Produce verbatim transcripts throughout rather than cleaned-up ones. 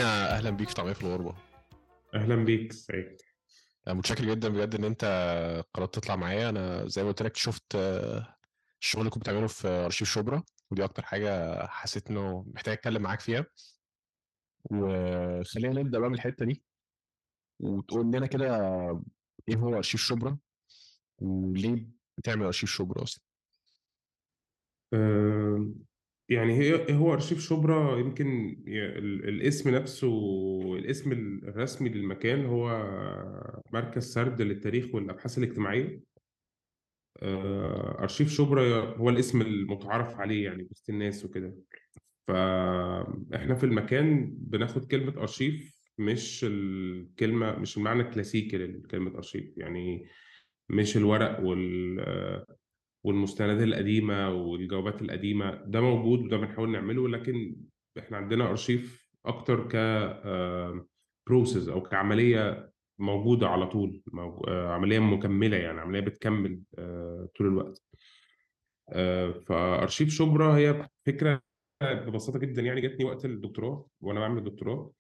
مينا، اهلا بيك في طعمية في الغربة. اهلا بيك سعيد. أنا متشكر جدا بجد ان انت قررت تطلع معايا. انا زي ما قلت لك شفت آه، الشغل اللي كنت بتعمله في ارشيف شبرا، ودي اكتر حاجة حسيت انه محتاج اتكلم معاك فيها. وخلينا نبدأ بقى من الحتة دي، وتقول لنا كده ايه هو ارشيف شبرا، وليه بتعمل ارشيف شبرا اصلا. أه يعني هي هو ارشيف شبرا يمكن ي- ال- الاسم نفسه. الاسم الرسمي للمكان هو مركز سرد للتاريخ والابحاث الاجتماعيه. أه ارشيف شبرا هو الاسم المتعارف عليه يعني وسط الناس وكده. فاحنا في المكان بناخد كلمه ارشيف، مش الكلمه مش المعنى الكلاسيكي لكلمه ارشيف، يعني مش الورق والمستندات القديمة والجوابات القديمة. ده موجود وده بنحاول نعمله، لكن احنا عندنا أرشيف أكتر ك بروسيس أو كعملية موجودة على طول، موج- آه، عملية مكملة، يعني عملية بتكمل آه، طول الوقت. آه، فأرشيف شبرا هي فكرة ببساطة جدا، يعني جاتني وقت الدكتوراه وأنا بعمل الدكتوراه.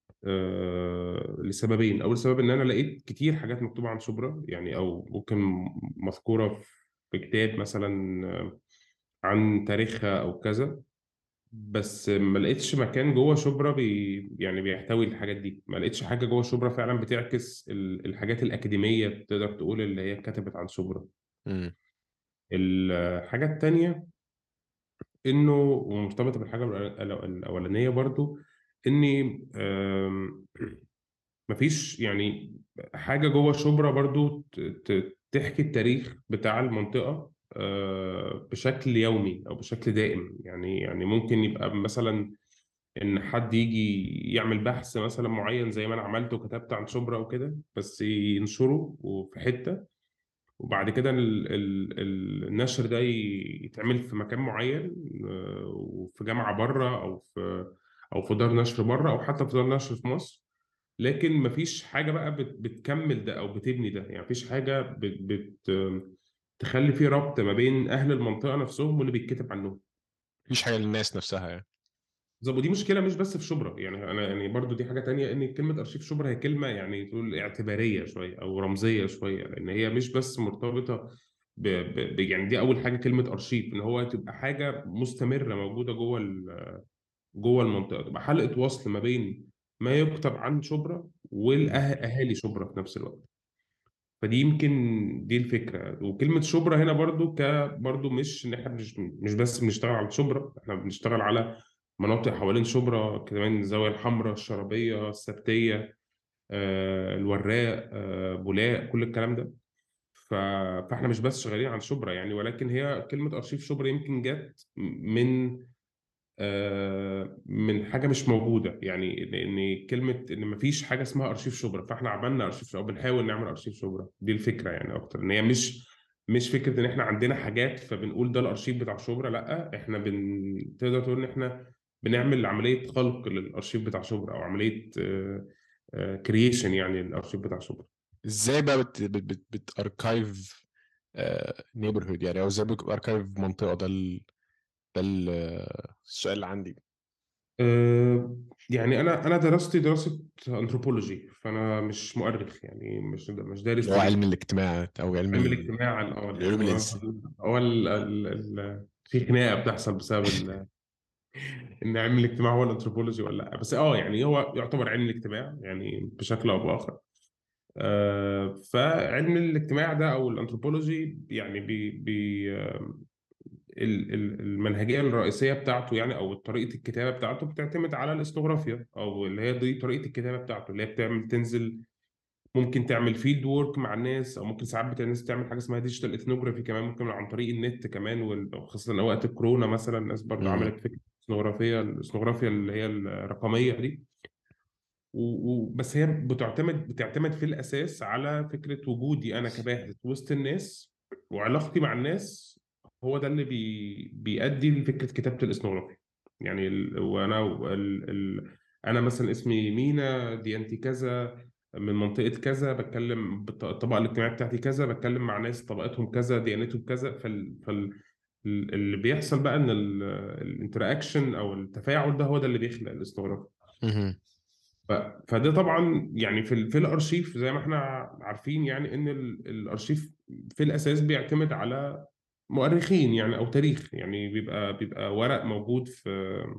آه، لسببين. أول سبب إن أنا لقيت كتير حاجات مكتوبة عن شبرا، يعني أو ممكن مذكورة في كتاب مثلا آه، عن تاريخها او كذا، بس ما لقيتش مكان جوه شبرا بي يعني بيحتوي الحاجات دي. ما لقيتش حاجه جوه شبرا فعلا بتعكس ال- الحاجات الاكاديميه، تقدر تقول اللي هي كتبت عن شبرا. امم الحاجه التانيه انه، ومرتبطه بالحاجه الأول- الاولانيه برضو، اني آم، مفيش يعني حاجه جوه شبرا برضو ت- ت- تحكي التاريخ بتاع المنطقه آه، بشكل يومي او بشكل دائم. يعني يعني ممكن يبقى مثلا ان حد يجي يعمل بحث مثلا معين زي ما انا عملت وكتبت عن شبرا وكده، بس ينشره في حتة، وبعد كده ال ال ال النشر ده ي- يتعمل في مكان معين آه، وفي جامعة بره او في او في دار نشر بره او حتى في دار نشر في مصر. لكن مفيش حاجة بقى بت بتكمل ده او بتبني ده، يعني مفيش حاجة بت بت تخلي فيه ربط ما بين اهل المنطقة نفسهم واللي بيتكتب عنهم. مفيش حاجة للناس نفسها يعني. بالظبط. ودي مشكله مش بس في شبرا، يعني انا يعني برضو دي حاجه تانية، ان كلمه ارشيف شبرا هي كلمه يعني تقول اعتباريه شويه او رمزيه شويه، لان هي مش بس مرتبطه ب... ب... ب... يعني دي اول حاجه كلمه ارشيف، ان هو تبقى حاجه مستمره موجوده جوه ال... جوه المنطقه، تبقى حلقه وصل ما بين ما يكتب عن شبرا والاهالي شبرا في نفس الوقت. فدي يمكن دي الفكره. وكلمه شبرا هنا برضو ك برضو مش ان احنا مش مش بس بنشتغل على شبرا، احنا بنشتغل على مناطق حوالين شبرا كمان، الزاويه الحمراء، الشرابيه، السبتيه، آه الوراق، آه بولاق، كل الكلام ده. ف... فاحنا مش بس شغالين على شبرا يعني، ولكن هي كلمه ارشيف شبرا يمكن جت من آه، من حاجه مش موجوده، يعني ان كلمه ان مفيش حاجه اسمها ارشيف شبرا، فاحنا عملنا ارشيف شبرا او بنحاول نعمل ارشيف شبرا. دي الفكره يعني اكتر، ان هي مش مش فكره ان احنا عندنا حاجات فبنقول ده الارشيف بتاع شبرا. لا، احنا بن تقدر تقول ان احنا بنعمل عمليه خلق للارشيف بتاع شبرا، او عمليه كرييشن يعني للارشيف بتاع شبرا. ازاي بقى بت بت بت بتاركايف نيبرهود يعني، او ازاي بتاركايف منطقة؟ ده ال... ده ال- السؤال اللي عندي. أه، يعني انا انا دراستي دراسه انثروبولوجي، فانا مش مؤرخ، يعني مش مش دارس اللي هو علم تاريخ. الاجتماع او علم علم ال- الاجتماع اه العلوم يعني هو الانسانيه. هو ال... ال... ال... في خناقه بتحصل بسبب ال... ان علم الاجتماع هو الانثروبولوجي ولا لا، بس اه يعني هو يعتبر علم الاجتماع يعني بشكل او باخر. آه فعلم الاجتماع ده او الانثروبولوجي يعني بي... بي... آه ال- ال- المنهجيه الرئيسيه بتاعته يعني، او طريقه الكتابه بتاعته بتعتمد على الاثنوغرافيا، او اللي هي دي طريقه الكتابه بتاعته، اللي هي بتعمل تنزل، ممكن تعمل فيلد وورك مع الناس، او ممكن ساعات بتاع الناس تعمل حاجه اسمها ديجيتال اثنوجرافي كمان، ممكن عن طريق النت كمان، وخاصه وقت الكورونا مثلا الناس برضو امم عملت فكره الاثنوغرافيه الاثنوغرافيا اللي هي الرقميه دي. و- و- بس هي بتعتمد بتعتمد في الاساس على فكره وجودي انا كباحث وسط الناس، وعلاقتي مع الناس. هو ده اللي بي بيؤدي لفكره كتابه الاثنوغرافيا. يعني ال... وانا ال... ال... انا مثلا اسمي مينا، ديانتي كذا، من منطقه كذا، بتكلم بالط- الطبقه الاجتماعيه بتاعتي كذا، بتكلم مع ناس طبقتهم كذا، ديانتهم كذا. فال... فال... اللي بيحصل بقى ان الانتراكشن او التفاعل ده هو ده اللي بيخلق الاثنوغرافيا. امم ف... فده طبعا يعني في ال... في الارشيف زي ما احنا عارفين يعني ان ال... الارشيف في الاساس بيعتمد على مؤرخين يعني او تاريخ، يعني بيبقى بيبقى ورق موجود في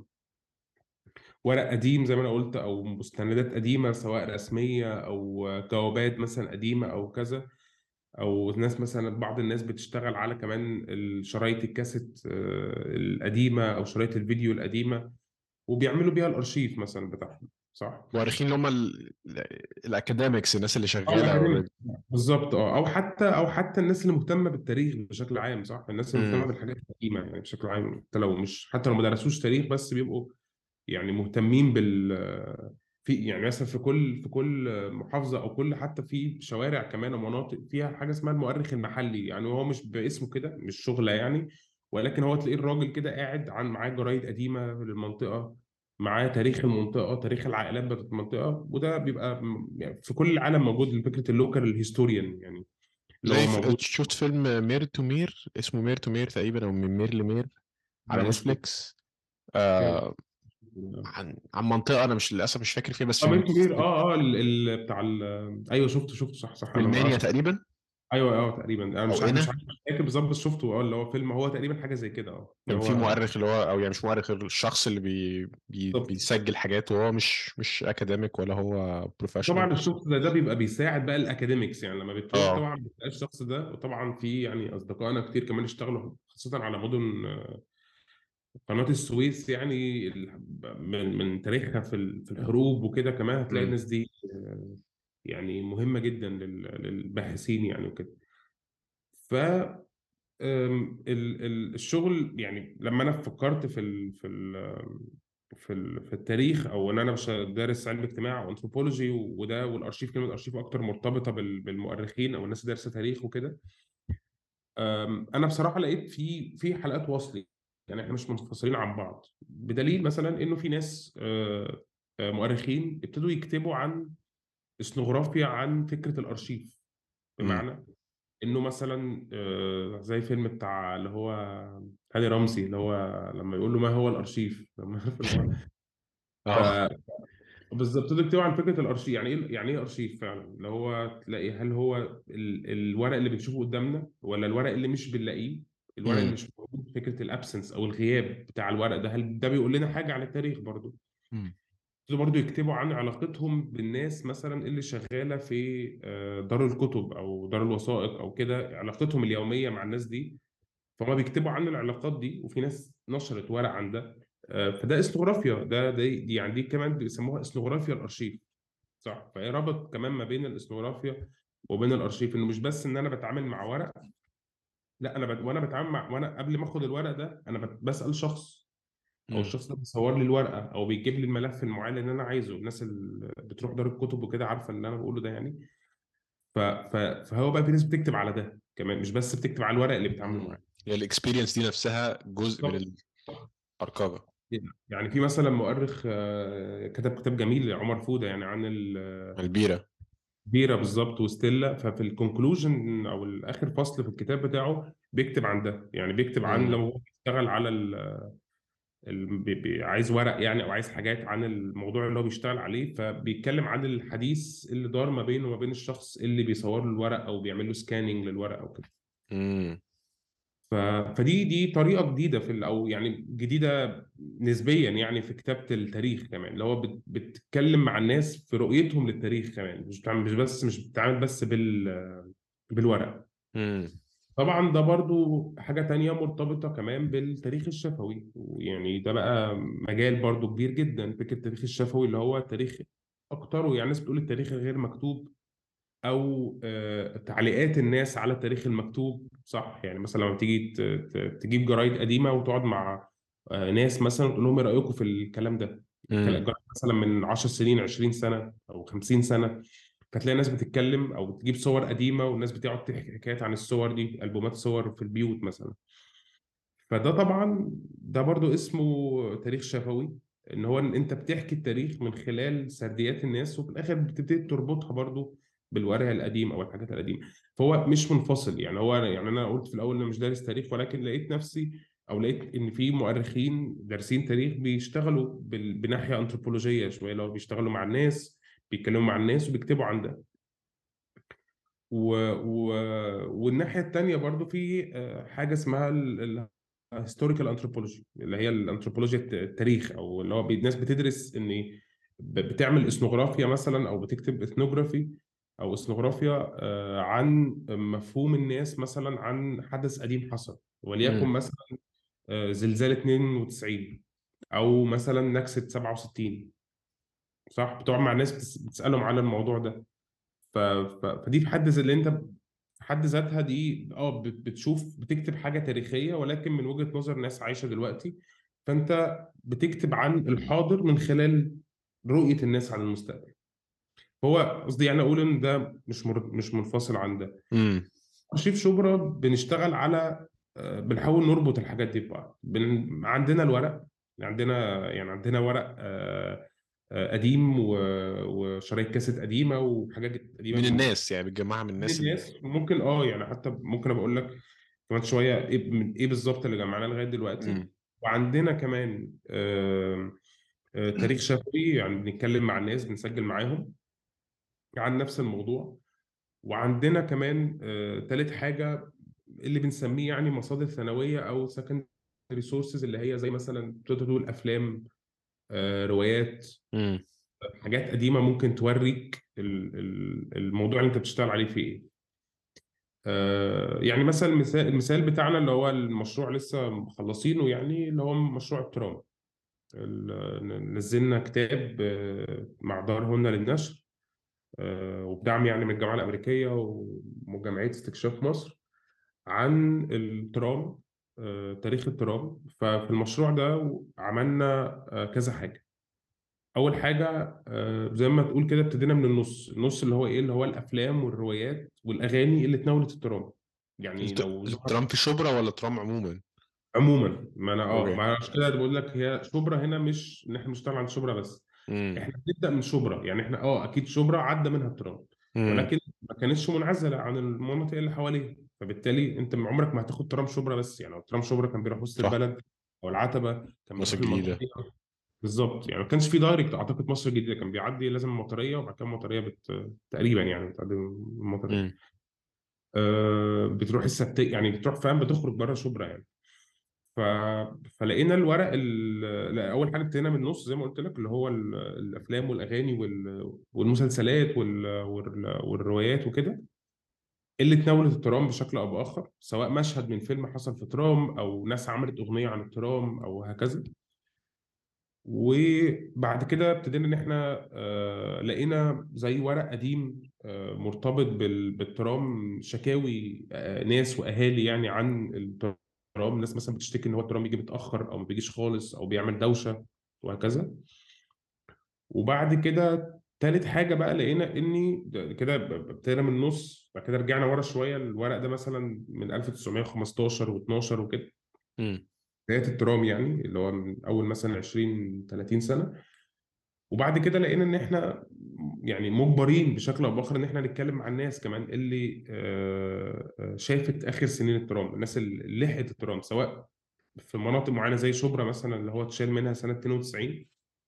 ورق قديم زي ما انا قلت، او مستندات قديمه سواء رسميه او جوابات مثلا قديمه او كذا، او ناس مثلا بعض الناس بتشتغل على كمان الشرايط الكاسيت آه، القديمه او شرايط الفيديو القديمه، وبيعملوا بيها الارشيف مثلا بتاعهم، صح؟ مؤرخين اللي هم الاكاديميكس، الناس اللي اه شغاله الاكاديميك اوريدي. بالظبط، اه او حتى او حتى الناس اللي مهتمه بالتاريخ بشكل عام، صح؟ الناس اللي مهتمه بالحاجات القديمه يعني بشكل عام، حتى لو مش حتى لو ما درسوش تاريخ بس بيبقوا يعني مهتمين بال في يعني مثلا في كل في كل محافظه او كل حتى في شوارع كمان ومناطق فيها حاجه اسمها المؤرخ المحلي، يعني هو مش باسمه كده، مش شغله يعني، ولكن هو تلاقيه الراجل كده قاعد عن معاه جرايد قديمه للمنطقه، معاه تاريخ المنطقه، تاريخ العائلات بتاعت المنطقه، وده بيبقى م- يعني في كل العالم موجود فكره اللوكال هيستوريان يعني، اللي زي هو ف... موجود. شفت فيلم مير تو مير، اسمه مير تو مير تقريبا، او من مير لمير، لا على مش فاكر. نتفليكس. آه اه عن عن منطقه انا مش للاسف مش فاكر فيها، بس في مير الم... تو مير، اه اه ال... ال... بتاع ال... ايوه شفته شفته صح صح في انا ما المنيا اعرفش. تقريبا، ايوه اه تقريبا انا او مش عارف مش هنا. عارف مش فاكر بالظبط، بس شفته اه اللي هو فيلم هو تقريبا حاجه زي كده اه اللي كان في هو مؤرخ اللي هو، او يعني مش مؤرخ، الشخص اللي بي... بي... بالظبط. بيسجل حاجات، وهو مش مش اكاديميك ولا هو بروفيشنال. طبعا الشخص ده ده بيبقى بيساعد بقى الاكاديميكس، يعني لما بتروح اه. طبعا بتلاقي الشخص ده، وطبعا في يعني اصدقائنا كتير كمان اشتغلوا خاصه على مدن آه، قناه السويس يعني ال- من من تاريخها في ال- في الحروب وكده، كمان هتلاقي امم. الناس دي آه، يعني مهمه جدا لل- للباحثين يعني وكده. ف أم، ال- ال- الشغل يعني لما انا فكرت في ال في ال في ال في التاريخ، او ان انا مش دارس علم اجتماع وانثروبولوجي وده والارشيف، كلمه ارشيف اكتر مرتبطه بال- بالمؤرخين او الناس اللي دارسه تاريخ وكده. أم، انا بصراحه لقيت في في حلقات وصل، يعني احنا مش منفصلين عن بعض، بدليل مثلا انه في ناس آه، آه، مؤرخين ابتدوا يكتبوا عن اثنوغرافيا عن فكره الارشيف، امم. بمعنى انه مثلا آه، زي فيلم بتاع اللي هو هاني رمزي، اللي هو لما يقول له ما هو الارشيف لما اللي هو اه. بالظبط ده بتكتب عن فكره الارشيف، يعني ايه يعني ايه ارشيف فعلا، اللي هو تلاقي هل هو ال- الورق اللي بنشوفه قدامنا ولا الورق اللي مش بنلاقيه، الورق اللي امم. مش موجود، فكره الابسنس او الغياب بتاع الورق ده، هل ده بيقول لنا حاجه عن التاريخ برضو؟ امم. يبتدوا برضو يكتبوا عن علاقتهم بالناس مثلا اللي شغاله في آه، دار الكتب او دار الوثائق او كده، علاقتهم اليوميه مع الناس دي، فهم بيكتبوا عن العلاقات دي، وفي ناس نشرت ورق عن ده. آه، فده اثنوغرافيا، ده ده دي يعني دي كمان بيسموها اثنوغرافيا الارشيف، صح؟ فايه رابط كمان ما بين الاثنوغرافيا وبين الارشيف، انه مش بس ان انا بتعامل مع ورق، لا انا بت... وانا بتعامل مع وانا قبل ما اخد الورق ده انا بت... بسال شخص، او امم. الشخص ده بيصور لي الورقه او بيجيب لي الملف المعين اللي انا عايزه، الناس اللي بتروح دار الكتب وكده عارفه اللي انا بقوله ده يعني. ف... ف... فهو بقى في ناس بتكتب على ده كمان، مش بس بتكتب على الورق اللي بيتعاملوا معاه. امم. هي الاكسبيرينس دي نفسها جزء من بالظبط. الارقام. يعني في مثلا مؤرخ آه، كتب كتاب جميل عمر فودة يعني عن البيره. البيرة بالظبط وستيلا، ففي الكونكلوجن او الاخر فصل في الكتاب بتاعه بيكتب عن ده، يعني بيكتب عن لما امم. هو بيشتغل على ال ال بي بي عايز ورق يعني او عايز حاجات عن الموضوع اللي هو بيشتغل عليه، فبيتكلم عن الحديث اللي دار ما بينه وما بين الشخص اللي بيصور له الورق او بيعمل له سكاننج للورق او كده. امم. ف... فدي دي طريقه جديده في ال- او يعني جديده نسبيا يعني في كتابه التاريخ كمان، اللي هو بت... بتتكلم مع الناس في رؤيتهم للتاريخ كمان، مش بتعمل مش بس مش بتتعامل بس بال بالورق. امم. طبعا ده برضو حاجه تانية مرتبطه كمان بالتاريخ الشفوي، ويعني ده بقى مجال برضو كبير جدا، فكره التاريخ الشفوي اللي هو تاريخ اكتره يعني الناس بتقول التاريخ الغير مكتوب، او آه، تعليقات الناس على التاريخ المكتوب، صح؟ يعني مثلا لما تيجي ت- ت- تجيب جرايد قديمه وتقعد مع آه، ناس مثلا تقول لهم ايه رايكم في الكلام ده، الكلام امم. جرايد مثلا من عشر سنين عشرين سنه او خمسين سنه، فتلاقي ناس بتتكلم او تجيب صور قديمه والناس بتقعد تحكي حكايات عن الصور دي، البومات صور في البيوت مثلا. فده طبعا ده برضو اسمه تاريخ شفوي، ان هو ان انت بتحكي التاريخ من خلال سرديات الناس، وفي الاخر بتبتدي تربطها برضو بالورق القديم او الحاجات القديمه. فهو مش منفصل يعني، هو يعني انا قلت في الاول ان انا مش دارس تاريخ، ولكن لقيت نفسي او لقيت ان في مؤرخين دارسين تاريخ بيشتغلوا بال- بناحيه انثروبولوجيه شويه، لو بيشتغلوا مع الناس، بيتكلموا مع الناس وبيكتبوا عن ده. و... و... والناحيه التانيه برضو في آه، حاجه اسمها الهيستوريكال انثروبولوجي، اللي هي الانثروبولوجيا الت- التاريخ، او اللي هو بي- الناس بتدرس ان ب- بتعمل اثنوغرافيا مثلا، او بتكتب اثنوغرافي او اثنوغرافيا آه، عن مفهوم الناس مثلا عن حدث قديم حصل، وليكن امم. مثلا آه، زلزال اتنين وتسعين، او مثلا نكسة سبعة وستين. صح، بتقعد مع ناس بتس- بتسالهم على الموضوع ده. ف... ف... فدي في حد ذات اللي انت في حد ذاتها دي اه بت- بتشوف بتكتب حاجه تاريخيه، ولكن من وجهه نظر ناس عايشه دلوقتي. فانت بتكتب عن الحاضر من خلال رؤيه الناس عن المستقبل. هو قصدي يعني اقول ان ده مش مر... مش منفصل عن ده. امم. ارشيف شبرا بنشتغل على آه، بنحاول نربط الحاجات دي ببعض. بن... عندنا الورق، عندنا يعني عندنا ورق آه، آه، قديم و... وشرايط كاسيت قديمه وحاجات قديمه من من الناس يعني بتجمعها من من الناس ال... الناس. ممكن اه يعني حتى ممكن ابقى اقول لك كمان شويه ايه من ايه بالظبط اللي جمعناه لغايه دلوقتي. امم. وعندنا كمان آه، آه، تاريخ شفوي، يعني بنتكلم مع الناس بنسجل معاهم عن نفس الموضوع. وعندنا كمان آه، تالت حاجه اللي بنسميه يعني مصادر ثانويه او secondary resources، اللي هي زي مثلا تقدر تقول افلام، آه، روايات، امم. حاجات قديمه ممكن توريك ال- ال- الموضوع اللي انت بتشتغل عليه في ايه. آه، يعني مثلا المثال المثال بتاعنا اللي هو المشروع لسه مخلصينه، يعني اللي هو مشروع الترام. ال- نزلنا كتاب آه، مع دار هنا للنشر، آه، وبدعم يعني من الجامعة الأمريكية وجمعية استكشاف مصر، عن الترام، آه، تاريخ الترام. ففي المشروع ده عملنا آه، كذا حاجة. أول حاجة آه، زي ما تقول كده ابتدينا من النص النص اللي هو إيه، اللي هو الأفلام والروايات والأغاني اللي تناولت الترام. يعني الت... لو ظهر الترام في شبرا ولا ترام عموما؟ عموما. ما انا اه اوكي. ما عشان كده بقول لك هي شبرا هنا مش ان احنا بنشتغل عند شبرا بس. امم. احنا بنبدا من شبرا، يعني احنا اه اكيد شبرا عدى منها الترام، امم. ولكن ما كانتش منعزله عن المناطق اللي حواليها. فبالتالي انت عمرك ما هتاخد ترام شبرا بس. يعني لو ترام شبرا كان بيروح وسط صح. البلد او العتبه، كان مصر بيروح الجديدة. المطريه. بالظبط، يعني ما كانش في دايركت اعتقد مصر الجديده، كان بيعدي لازم المطريه، وبعد كده المطريه بت... تقريبا يعني بتعدي المطريه. امم. آه بتروح السبتيه، يعني بتروح فاهم، بتخرج بره شبرا يعني. ف... فلقينا الورق ال... لا، اول حاجه ابتدينا من النص زي ما قلت لك، اللي هو ال... الافلام والاغاني وال... والمسلسلات وال... وال... والروايات وكده، اللي اتناولت الترام بشكل او باخر، سواء مشهد من فيلم حصل في ترام، او ناس عملت اغنيه عن الترام، او هكذا. وبعد كده ابتدينا ان احنا آه لقينا زي ورق قديم آه مرتبط بال... بالترام، شكاوي آه ناس واهالي يعني عن الترام. الناس مثلا بتشتكي ان هو الترام بيجي متاخر، او ما بيجيش خالص، او بيعمل دوشه، وهكذا. وبعد كده تالت حاجه بقى لقينا اني ده- كده ب- ب- ابتدينا من النص، بعد كده رجعنا ورا شويه. الورق ده مثلا من ألف وتسعمية وخمستاشر و12 وكده، امم. بدايه الترام يعني، اللي هو من اول مثلا عشرين تلاتين سنه. وبعد كده لقينا ان احنا يعني مجبرين بشكل او باخر ان احنا نتكلم مع الناس كمان اللي آه، آه، شافت اخر سنين الترام، الناس اللي لحقت الترام، سواء في مناطق معينه زي شبرا مثلا اللي هو اتشال منها سنه اتنين وتسعين،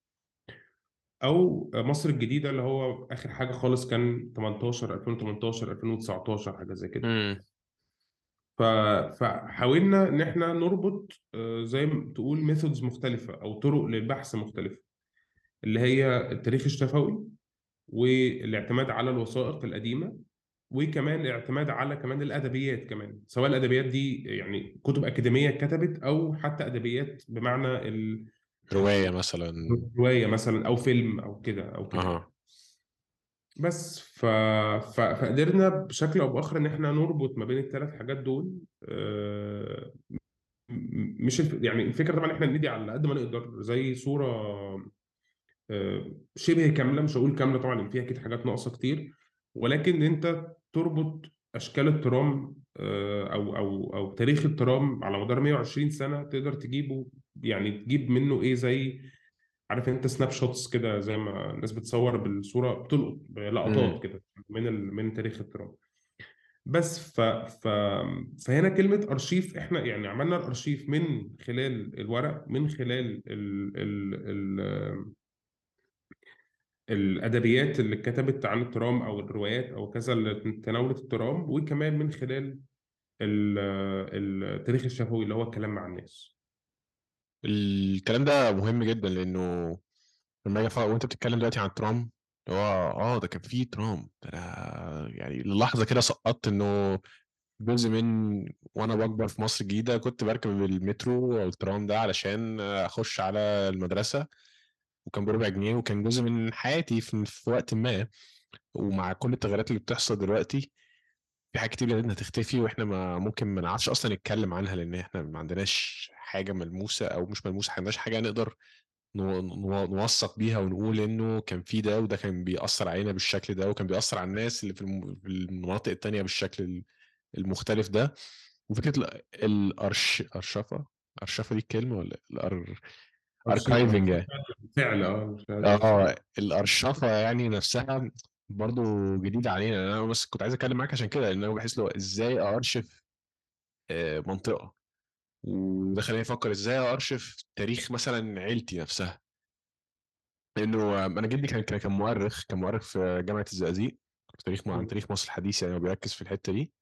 او مصر الجديده اللي هو اخر حاجه خالص كان تمنتاشر ألفين وتمنتاشر ألفين وتسعتاشر حاجه زي كده. امم. ف- فحاولنا ان احنا نربط آه، زي ما تقول ميثودز مختلفه او طرق للبحث مختلفه، اللي هي التاريخ الشفوي، والاعتماد على الوثائق القديمة، وكمان الاعتماد على كمان الأدبيات كمان، سواء الأدبيات دي يعني كتب أكاديمية اتكتبت، أو حتى أدبيات بمعنى ال- رواية مثلا. الرواية مثلا، أو فيلم أو كده أو كده يعني. اها. بس ف... ف... فقدرنا بشكل أو بآخر إن إحنا نربط ما بين الثلاث حاجات دول. آه، م- مش الف... يعني الفكرة طبعا إحنا ندي على قد ما نقدر زي صورة آه، شبه كامله. مش هقول كامله طبعا، لان فيها اكيد حاجات ناقصه كتير، ولكن انت تربط اشكال الترام آه، او او او تاريخ الترام على مدار مية وعشرين سنه، تقدر تجيبه يعني تجيب منه ايه، زي عارف انت سناب شوتس كده، زي ما الناس بتصور بالصوره، بتلقط امم. لقطات كده من ال... من تاريخ الترام. بس ف... ف... فهنا كلمة أرشيف، إحنا يعني عملنا الأرشيف من خلال الورق، من خلال ال... ال... ال... الأدبيات اللي اتكتبت عن الترام أو الروايات أو كذا اللي تناولت الترام، وكمان من خلال ال... التاريخ الشفوي اللي هو الكلام مع الناس. الكلام ده مهم جدا، لانه لما اجي أفكر- وانت بتتكلم دلوقتي عن ترامب، اللي هو اه ده كان فيه ترامب ده، انا يعني للحظه كده سقطت انه جزء من، وانا بكبر في مصر الجديده كنت بركب المترو او الترام ده علشان اخش على المدرسه، وكان بربع جنيه، وكان جزء من حياتي في, في وقت ما. ومع كل التغيرات اللي بتحصل دلوقتي، في حاجات كتير بدأت هتختفي، واحنا ما ممكن ما نعرفش اصلا نتكلم عنها، لان احنا ما عندناش حاجه ملموسه او مش ملموسه، ما عندناش حاجه نقدر نو- نو- نوثق بيها ونقول انه كان في ده، وده كان بيأثر علينا بالشكل ده، وكان بيأثر على الناس اللي في الم- في المناطق التانية بالشكل ال- المختلف ده. وفكرة ال- الأرش أرشفة أرشفة دي الكلمة ولا الأر أرشيف أركايفنج أرشيف يعني. فعل، اه مش هذا بس اه ال- الأرشفة يعني نفسها برضو جديدة علينا. أنا بس كنت عايز أتكلم معاك عشان كده، لأن أنا بحس له إزاي أرشف آه، منطقة، وده خلاني أفكر إزاي أرشف تاريخ مثلا عيلتي نفسها. لانه انا جدي كان كان كان مؤرخ كان مؤرخ في جامعه الزقازيق، في تاريخ عن تاريخ مصر الحديث يعني، وبيركز في الحته دي.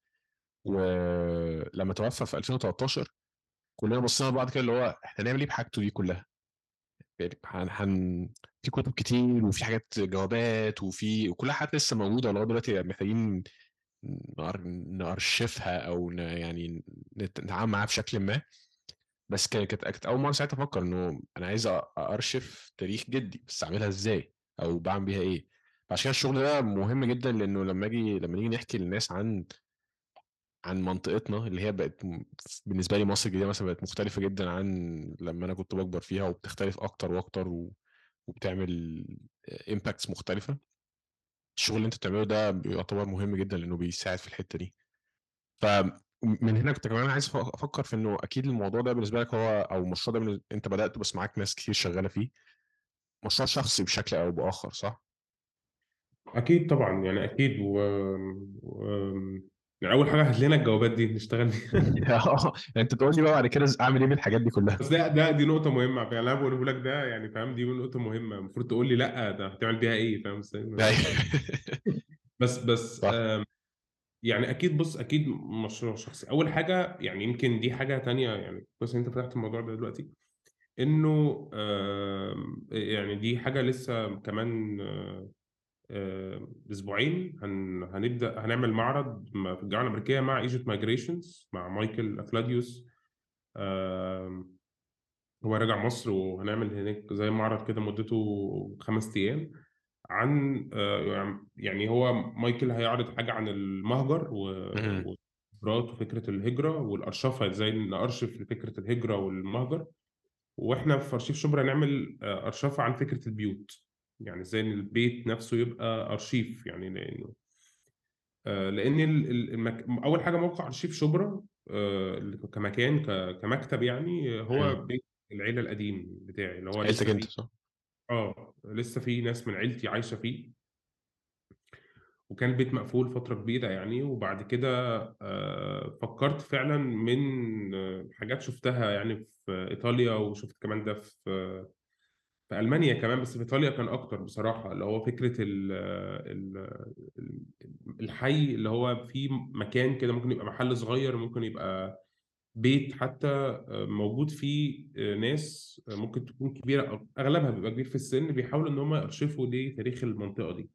ولما توفى في ألفين وتلتاشر، كلنا بصينا لبعض كده، اللي هو احنا هنعمل ايه بحاجته دي كلها؟ يعني هن... هن... في كتب كتير، وفي حاجات جوابات، وفي وكل حاجات لسه موجوده لغايه دلوقتي، محتاجين نأر... نأرشفها او ن... يعني نت- نتعامل معاها بشكل ما. بس كانت كانت كانت اول مره ساعتها افكر انه انا عايز أ- ارشف تاريخ جدي، بس اعملها ازاي او بعمل بيها ايه. فعشان كده الشغل ده مهم جدا، لانه لما اجي لما نيجي نحكي للناس عن عن منطقتنا اللي هي بقت م- بالنسبه لي مصر الجديده مثلا بقت مختلفه جدا عن لما انا كنت بكبر فيها، وبتختلف اكتر واكتر و... وبتعمل امباكتس مختلفه. الشغل اللي انت بتعمله ده بيعتبر مهم جدا، لانه بيساعد في الحته دي. فمن هنا كنت كمان عايز أف- افكر في انه اكيد الموضوع ده بالنسبه لك هو، او المشروع ده بالنسبة انت بداته بس معاك ناس كتير شغاله فيه، مشروع شخصي بشكل او باخر، صح؟ أكيد طبعا، يعني أكيد و... و... يعني أول حاجة هات لنا الجوابات دي نشتغل بيها. اه يعني انت تقول لي بقى بعد كده اعمل ايه بالحاجات دي كلها؟ بس ده ده دي نقطة مهمة، يعني اللي أنا بقوله لك ده يعني فاهم، دي نقطة مهمة المفروض تقول لي لا ده هتعمل بيها إيه، فاهم إزاي؟ أيوة. ما- بس بس صح. آم، يعني أكيد، بص أكيد مشروع شخصي أول حاجة، يعني يمكن دي حاجة تانية، يعني بس أنت فتحت الموضوع ده دلوقتي، إنه آم، يعني دي حاجة لسه كمان آه، آه، اسبوعين هن... هنبدا هنعمل معرض م- في الجامعه الامريكيه مع ايجيبت مايجريشنز مع مايكل افلاديوس. آه، هو راجع مصر، وهنعمل هناك زي معرض كده مدته خمس ايام، عن آه، يعني هو مايكل هيعرض حاجه عن المهجر مهم. و- والهجرات وفكره الهجره والارشفه، ازاي نارشف لفكره الهجره والمهجر. واحنا في ارشيف شبرا نعمل آه، ارشفه عن فكره البيوت، يعني ازاي ان البيت نفسه يبقى ارشيف، يعني لانه آه، لان ال- ال- المك... اول حاجه موقع ارشيف شبرا آه، كمكان ك... كمكتب، يعني هو مهم. بيت العيله القديم بتاعي اللي هو عيلتك لسه انت، فيه. صح؟ اه لسه في ناس من عيلتي عايشه فيه، وكان البيت مقفول فتره كبيره يعني. وبعد كده آه، فكرت فعلا من آه، حاجات شفتها يعني في ايطاليا، وشفت كمان ده في في ألمانيا كمان، بس في إيطاليا كان أكتر بصراحة، اللي هو فكرة ال ال ال- الحي اللي هو فيه مكان كده، ممكن يبقى محل صغير، ممكن يبقى بيت حتى آه، موجود فيه آه، ناس آه، ممكن تكون كبيرة، أو أغلبها بيبقى كبير في السن، بيحاولوا إن هم يرشفوا لتاريخ المنطقة دي.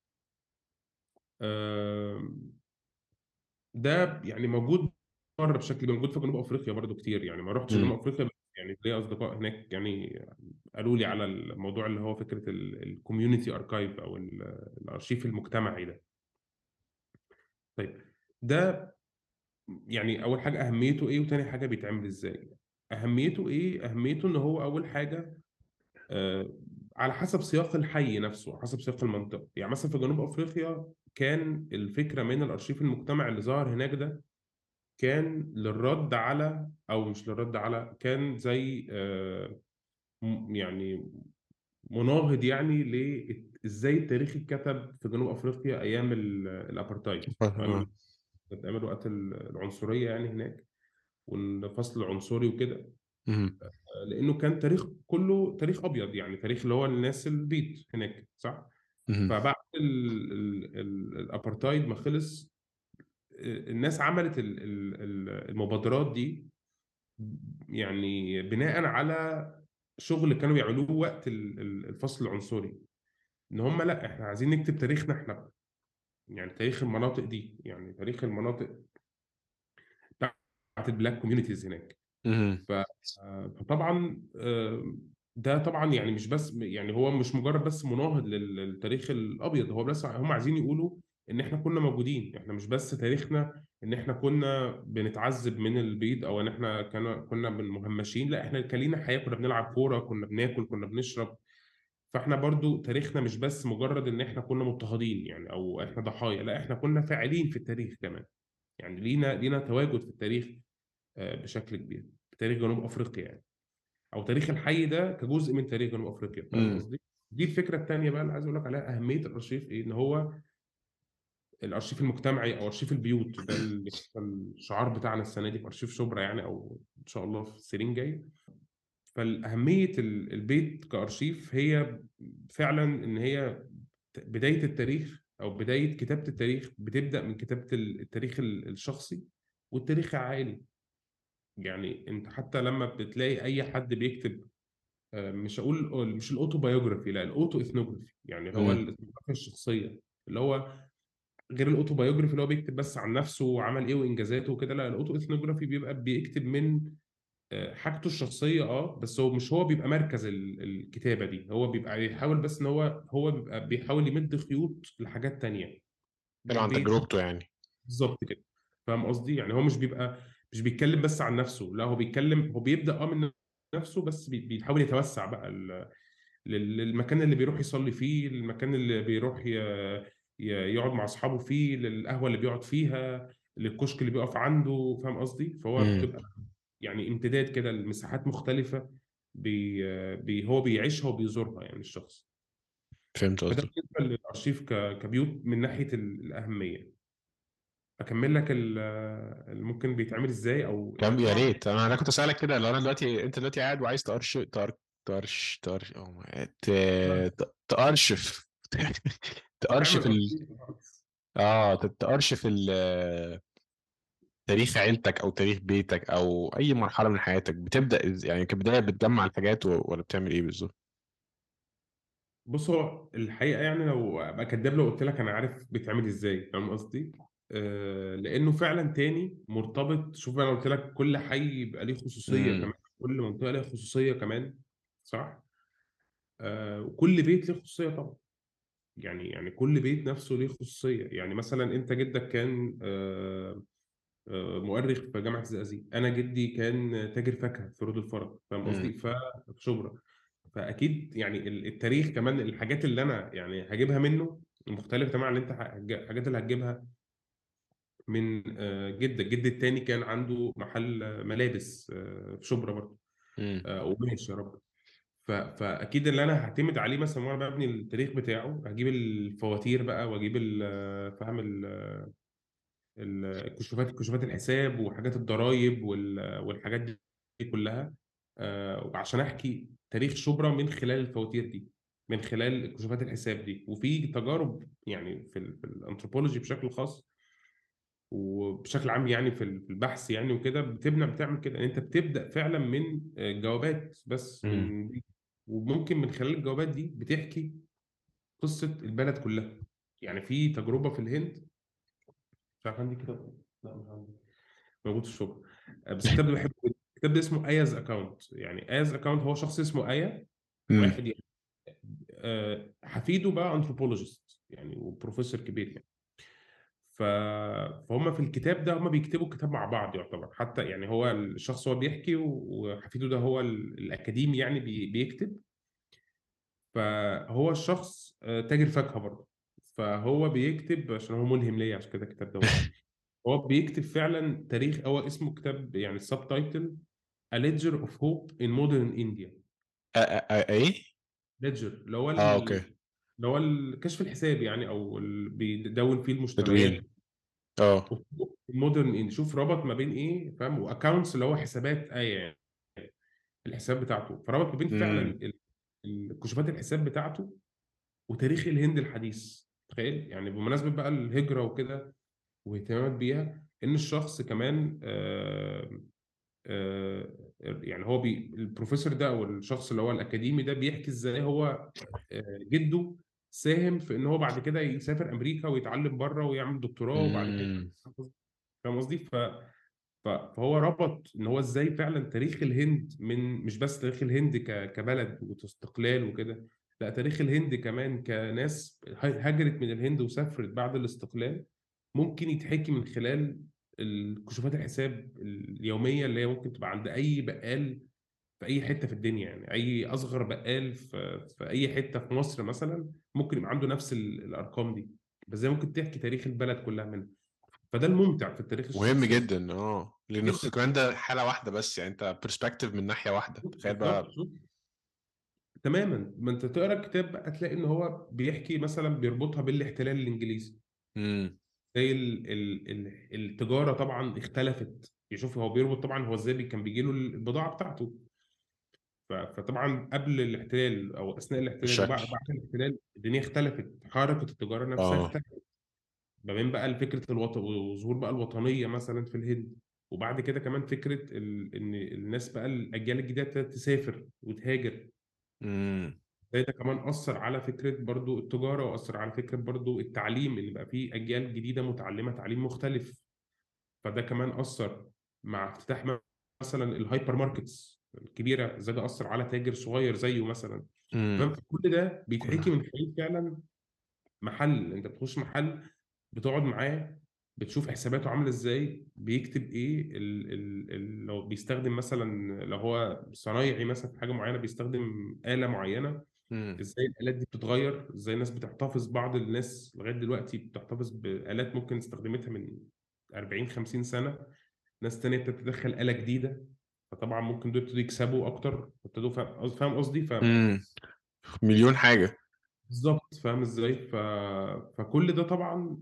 آم، ده يعني موجود بره بشكل كبير، موجود في جنوب افريقيا برضو كتير، يعني ما رحتش مم. جنوب افريقيا، بس يعني ليا اصدقاء هناك يعني قالوا لي على الموضوع اللي هو فكره الكوميونتي اركايف او ال- الارشيف المجتمعي ده. طيب ده يعني اول حاجه اهميته ايه، وتاني حاجه بيتعمل ازاي. اهميته ايه؟ اهميته ان هو اول حاجه آه، على حسب سياق الحي نفسه، حسب سياق المنطقه. يعني مثلا في جنوب افريقيا كان الفكره من الارشيف المجتمعي اللي ظهر هناك ده كان للرد على، او مش للرد على، كان زي آه، م- يعني مناهض يعني ل ازاي التاريخ اتكتب في جنوب افريقيا ايام ال- الابارتايد، أو ايام آه. بتتعمل وقت العنصريه يعني هناك، والفصل العنصري وكده. مهم. لانه كان تاريخ كله تاريخ ابيض، يعني تاريخ اللي هو الناس البيض هناك، صح؟ مهم. فبعد ال- ال- ال- الابارتايد ما خلص، الناس عملت ال- ال- ال- المبادرات دي يعني بناء على شغل كانوا بيعملوه وقت ال- ال- الفصل العنصري، ان هم لا احنا عايزين نكتب تاريخنا احنا بقى. يعني تاريخ المناطق دي، يعني تاريخ المناطق بتاعت البلاك كوميونيتيز هناك. مهم. ف- آه، فطبعا آه، ده طبعا يعني مش بس، يعني هو مش مجرد بس مناهض لل- للتاريخ الابيض، هو بس هم عايزين يقولوا ان احنا كنا موجودين، احنا مش بس تاريخنا ان احنا كنا بنتعذب من البيض، او ان احنا كنا كنا مهمشين، لا احنا كان لينا حياه، كنا بنلعب كوره، كنا بناكل، كنا بنشرب. فاحنا برضو تاريخنا مش بس مجرد ان احنا كنا مضطهدين يعني، او احنا ضحايا، لا احنا كنا فاعلين في التاريخ كمان. يعني لينا لينا تواجد في التاريخ آه، بشكل كبير، في تاريخ جنوب افريقيا يعني، او تاريخ الحي ده كجزء من تاريخ جنوب افريقيا. فاهم مم. قصدي؟ دي الفكره الثانيه بقى اللي عايز اقول لك عليها، اهميه الارشيف ايه، ان هو الارشيف المجتمعي او ارشيف البيوت، ده اللي الشعار بتاعنا السنه دي في ارشيف شبرا يعني، او ان شاء الله في السنين جاي. فالاهميه ال- البيت كارشيف هي فعلا ان هي بدايه التاريخ، او بدايه كتابه التاريخ بتبدا من كتابه التاريخ ال- الشخصي والتاريخ العائلي. يعني انت حتى لما بتلاقي اي حد بيكتب، آه، مش هقول مش الاوتوبايوجرافي، لا الاوتو اثنوجرافي، يعني هو مم. الاثنوجرافيا الشخصيه، اللي هو غير الاوتوبايوجرافي اللي هو بيكتب بس عن نفسه وعمل ايه وانجازاته وكده. لا الاوتو اثنوجرافي بيبقى بيكتب من آه، حاجته الشخصيه، اه بس هو مش هو بيبقى مركز ال- الكتابه دي، هو بيبقى بيحاول بس ان هو هو بيبقى بيحاول يمد خيوط لحاجات تانية. كان عن بي- تجربته يعني. بالظبط كده. فاهم قصدي؟ يعني هو مش بيبقى مش بيتكلم بس عن نفسه، لا هو بيتكلم، هو بيبدأ اه من نفسه، بس بي- بيحاول يتوسع بقى ال- لل- للمكان اللي بيروح يصلي فيه، للمكان اللي بيروح ي- ي- يقعد مع اصحابه فيه، للقهوة اللي بيقعد فيها، للكشك اللي بيقف عنده. فاهم قصدي؟ فهو مم. بتبقى يعني امتداد كده لمساحات مختلفة، بي بي هو بيعيشها وبيزورها يعني الشخص. فهمت فده قصدك. بالنسبة للأرشيف ك- كبيوت من ناحية ال- الأهمية. اكمل لك ال- اللي ممكن بيتعمل ازاي، او كم يعني يا طبعا. ريت، انا انا كنت اسالك كده، لو انا دلوقتي انت دلوقتي قاعد وعايز تأرش تأر تأرش تأرش أو ت... ت- تأرشف تأرشف هتعمل ال... ارشيف خالص. اه ت- تأرشف ال... تاريخ عيلتك او تاريخ بيتك او اي مرحله من حياتك، بتبدا إز... يعني كبدايه بتجمع الحاجات و... ولا بتعمل ايه بالظبط؟ بص هو الحقيقه يعني لو ابقى كداب لو قلت لك انا عارف بيتعمل ازاي، فاهم قصدي؟ آه لانه فعلا تاني مرتبط. شوف انا قلت لك كل حي يبقى ليه خصوصيه امم. كمان، كل منطقه ليها خصوصيه كمان، صح؟ آه وكل بيت ليه خصوصيه طبعا. يعني يعني كل بيت نفسه ليه خصوصيه. يعني مثلا انت جدك كان آه آه، مؤرخ في جامعه الزقازيق، انا جدي كان تاجر فاكهه في رود الفرج، فاهم امم. قصدي؟ ف- في شبرا. فاكيد يعني ال- التاريخ كمان، الحاجات اللي انا يعني هجيبها منه مختلف تماما عن اللي انت هج- الحاجات اللي هتجيبها من آه، جدك. جدي التاني كان عنده محل آه، ملابس آه، في شبرا برضه، امم. آه، قماش يا رب. ف- فاكيد اللي انا هعتمد عليه مثلا وانا ببني التاريخ بتاعه، هجيب الفواتير بقى، واجيب ال- آه، فاهم ال- الكشوفات كشوفات الحساب وحاجات الضرايب وال- والحاجات دي كلها، آه، وعشان احكي تاريخ شبرا من خلال الفواتير دي، من خلال كشوفات الحساب دي. وفي تجارب يعني في, ال- في الانثروبولوجي بشكل خاص وبشكل عام، يعني في ال- في البحث يعني وكده، بتبنى بتعمل كده. يعني انت بتبدا فعلا من آه، جوابات بس امم. من، وممكن من خلال الجوابات دي بتحكي قصه البلد كلها. يعني في تجربه في الهند، مش عارف عندي كده، لا مش عندي، موجود في الشغل. آه، بس الكتاب ده بحبه جدا. الكتاب ده اسمه اياز اكاونت. يعني اياز اكاونت هو شخص اسمه ايا، امم. واحد يعني آه، حفيده بقى انثروبولوجيست يعني وبروفيسور كبير يعني. ف... فهم في الكتاب ده هم بيكتبوا الكتاب مع بعض يعتبر، حتى يعني هو الشخص هو بيحكي وحفيده ده هو ال- الاكاديمي يعني بي... بيكتب. فهو الشخص آه، تاجر فاكهة برضه، فهو بيكتب عشان هو ملهم ليا، عشان كده الكتاب ده مهم. هو بيكتب فعلا تاريخ. هو اسمه كتاب يعني السب تايتل A Ledger of Hope in Modern India. أ- أ- أ- ايه؟ ليدجر اللي هو اه ال- اوكي. اللي هو ال- كشف الحساب يعني، او اللي بيدون فيه تدوين. المشتريات. اه. المودرن ان شوف ربط ما بين ايه فاهم، واكونتس اللي هو حسابات ايه يعني الحساب بتاعته، فربط ما بين فعلا امم. ال- ال- كشوفات الحساب بتاعته وتاريخ الهند الحديث. تخيل يعني بمناسبة بقى الهجرة وكده واهتمامات بيها، ان الشخص كمان آه، آه، يعني هو بي البروفيسور ده او الشخص اللي هو الاكاديمي ده بيحكي ازاي هو آه، جده ساهم في ان هو بعد كده يسافر امريكا ويتعلم بره ويعمل دكتوراه وبعد كده، امم. فاهم قصدي؟ ف ف- فهو ربط ان هو ازاي فعلا تاريخ الهند، من مش بس تاريخ الهند ك- كبلد واستقلال وكده، لا تاريخ الهند كمان كناس هاجرت من الهند وسافرت بعد الاستقلال، ممكن يتحكي من خلال الكشوفات الحساب اليومية اللي هي ممكن تبقى عند أي بقال في أي حتة في الدنيا. يعني أي أصغر بقال في, في أي حتة في مصر مثلا ممكن يبقى عنده نفس ال- الأرقام دي، بس زي ممكن تحكي تاريخ البلد كلها منها. فده الممتع في التاريخ مهم الشخصي أصلا جدا، اه، لان جدا. خ- كمان ده حاله واحده بس، يعني انت برسبكتيف من ناحيه واحده، تخيل بالظبط بقى. شوف، تماما. ما انت تقرا الكتاب بقى تلاقي ان هو بيحكي مثلا بيربطها بالاحتلال الانجليزي، امم. زي ال ال ال التجاره طبعا اختلفت. يشوف هو بيربط طبعا هو ازاي بي- كان بيجي له البضاعه بتاعته. ف- فطبعا قبل الاحتلال او اثناء الاحتلال وبعد بالشكل. بعد الاحتلال الدنيا اختلفت، حركه التجاره نفسها اه. اختلفت ما بين بقى فكره الوطن وظهور بقى الوطنيه مثلا في الهند. وبعد كده كمان فكره ال... ان الناس بقى الاجيال الجديده ابتدت تسافر وتهاجر. امم. ده ده كمان أثر على فكرة برضو التجارة، وأثر على فكرة برضو التعليم، إن بقى فيه أجيال جديدة متعلمة تعليم مختلف. فده كمان أثر مع افتتاح م- مثلا الهايبر ماركتس الكبيرة، ازاي ده أثر على تاجر صغير زيه مثلا. امم. فاهم؟ كل ده بيتحكي كلها. من خلال فعلا محل. أنت بتخش محل، بتقعد معاه، بتشوف حساباته عاملة ازاي، بيكتب ايه ال ال ال لو بيستخدم مثلا، لو هو صنايعي مثلا في حاجة معينة بيستخدم آلة معينة، امم. ازاي الآلات دي بتتغير، ازاي الناس بتحتفظ، بعض الناس لغاية دلوقتي بتحتفظ بآلات ممكن استخدمتها من أربعين خمسين سنة، ناس تانية بتتدخل آلة جديدة، فطبعا ممكن دول يبتدوا يكسبوا أكتر، ابتدوا فاهم فاهم قصدي؟ امم. مليون حاجه. فبالظبط فاهم ازاي؟ ف... فكل ده طبعا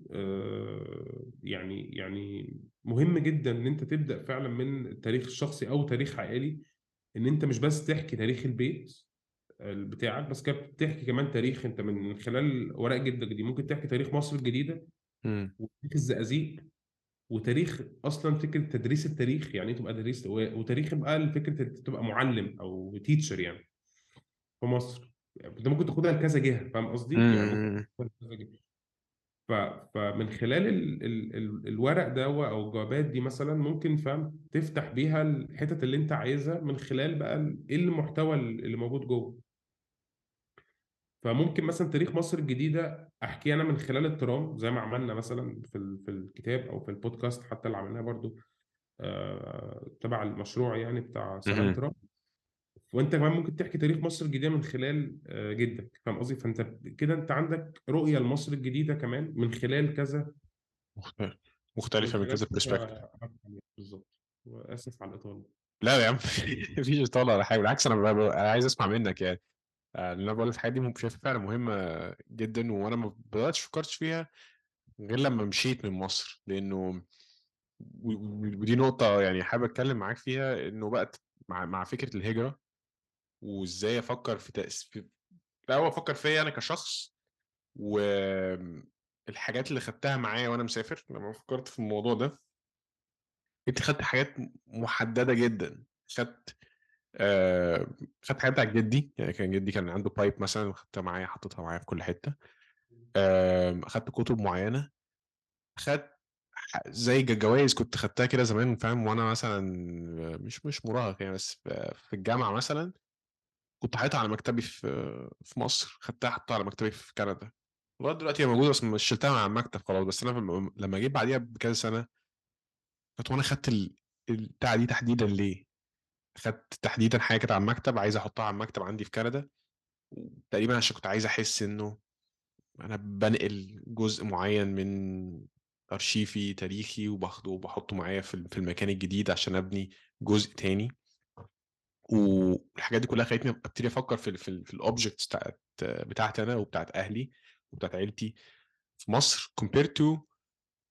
آه، يعني يعني مهم جدا ان انت تبدأ فعلا من التاريخ الشخصي او تاريخ عائلي، ان انت مش بس تحكي تاريخ البيت بتاعك بس، كده بتحكي كمان تاريخ انت من خلال ورق جدك دي، ممكن تحكي تاريخ مصر الجديده امم. وتاريخ الزقازيق وتاريخ اصلا فكره تدريس التاريخ، يعني ايه تبقى تدريس، وتاريخ بقى فكره انت تبقى معلم او تيتشر يعني في مصر. انت ممكن تاخدها لكذا جهه، فاهم قصدي؟ يعني ممكن امم. تاخدها لكذا جهه. ف... فمن خلال ال... ال... ال... الورق ده او الجوابات دي مثلا ممكن فاهم تفتح بيها الحتت اللي انت عايزها من خلال بقى ال- ايه المحتوى اللي موجود جوه. فممكن مثلا تاريخ مصر الجديدة أحكي أنا من خلال الترام زي ما عملنا مثلا في ال- في الكتاب أو في البودكاست حتى اللي عملناه برضو آه، تبع المشروع يعني بتاع سلام امم. ترام. وأنت كمان ممكن تحكي تاريخ مصر الجديدة من خلال آه، جدك، فاهم قصدي؟ فأنت كده أنت عندك رؤية لمصر الجديدة كمان من خلال كذا، مختلف. من مختلفه من خلال كذا برسبكتيف. كذا بالظبط. وآسف على الإطالة. لا يا عم مفيش اطاله ولا حاجه، بالعكس، انا ب- ب- أنا عايز اسمع منك يعني. آه، لان انا بقول لك الحاجات دي مم- شايفها فعلا مهمه جدا، وانا ما بداتش فكرتش فيها غير لما مشيت من مصر، لانه و- و- ودي نقطه يعني حابب اتكلم معاك فيها، انه بقت مع مع فكره الهجره، وازاي افكر في تأس... في الاول افكر فيا انا كشخص، والحاجات اللي خدتها معايا وانا مسافر. لما فكرت في الموضوع ده، انت خدت حاجات محدده جدا. خدت آه خدت حاجات بتاعت جدي، يعني كان جدي كان عنده بايب مثلا، خدتها معايا حطيتها معايا في كل حته. آه خدت كتب معينه. خدت ح- زي جوائز كنت خدتها كده زمان، فاهم، وانا مثلا مش مش مراهق يعني، بس في في الجامعه مثلا كنت حاططها على مكتبي في في مصر، خدتها حطيتها على مكتبي في كندا. لغايه دلوقتي هي موجوده، بس مش شلتها من على المكتب خلاص. بس انا في- لما جيت بعديها بكذا سنه، كنت وانا خدت ال- البتاعه دي تحديدا ليه؟ خدت تحديدا حاجه كانت على المكتب، عايز احطها على المكتب عندي في كندا، تقريبا عشان كنت عايز احس انه انا بنقل جزء معين من ارشيفي تاريخي، وباخده وبحطه معايا في في المكان الجديد عشان ابني جزء تاني. والحاجات دي كلها خلتني ابتدي افكر في ال في, ال في الاوبجكتس بتاعت بتاعتي انا وبتاعت اهلي وبتاعت عيلتي في مصر compared to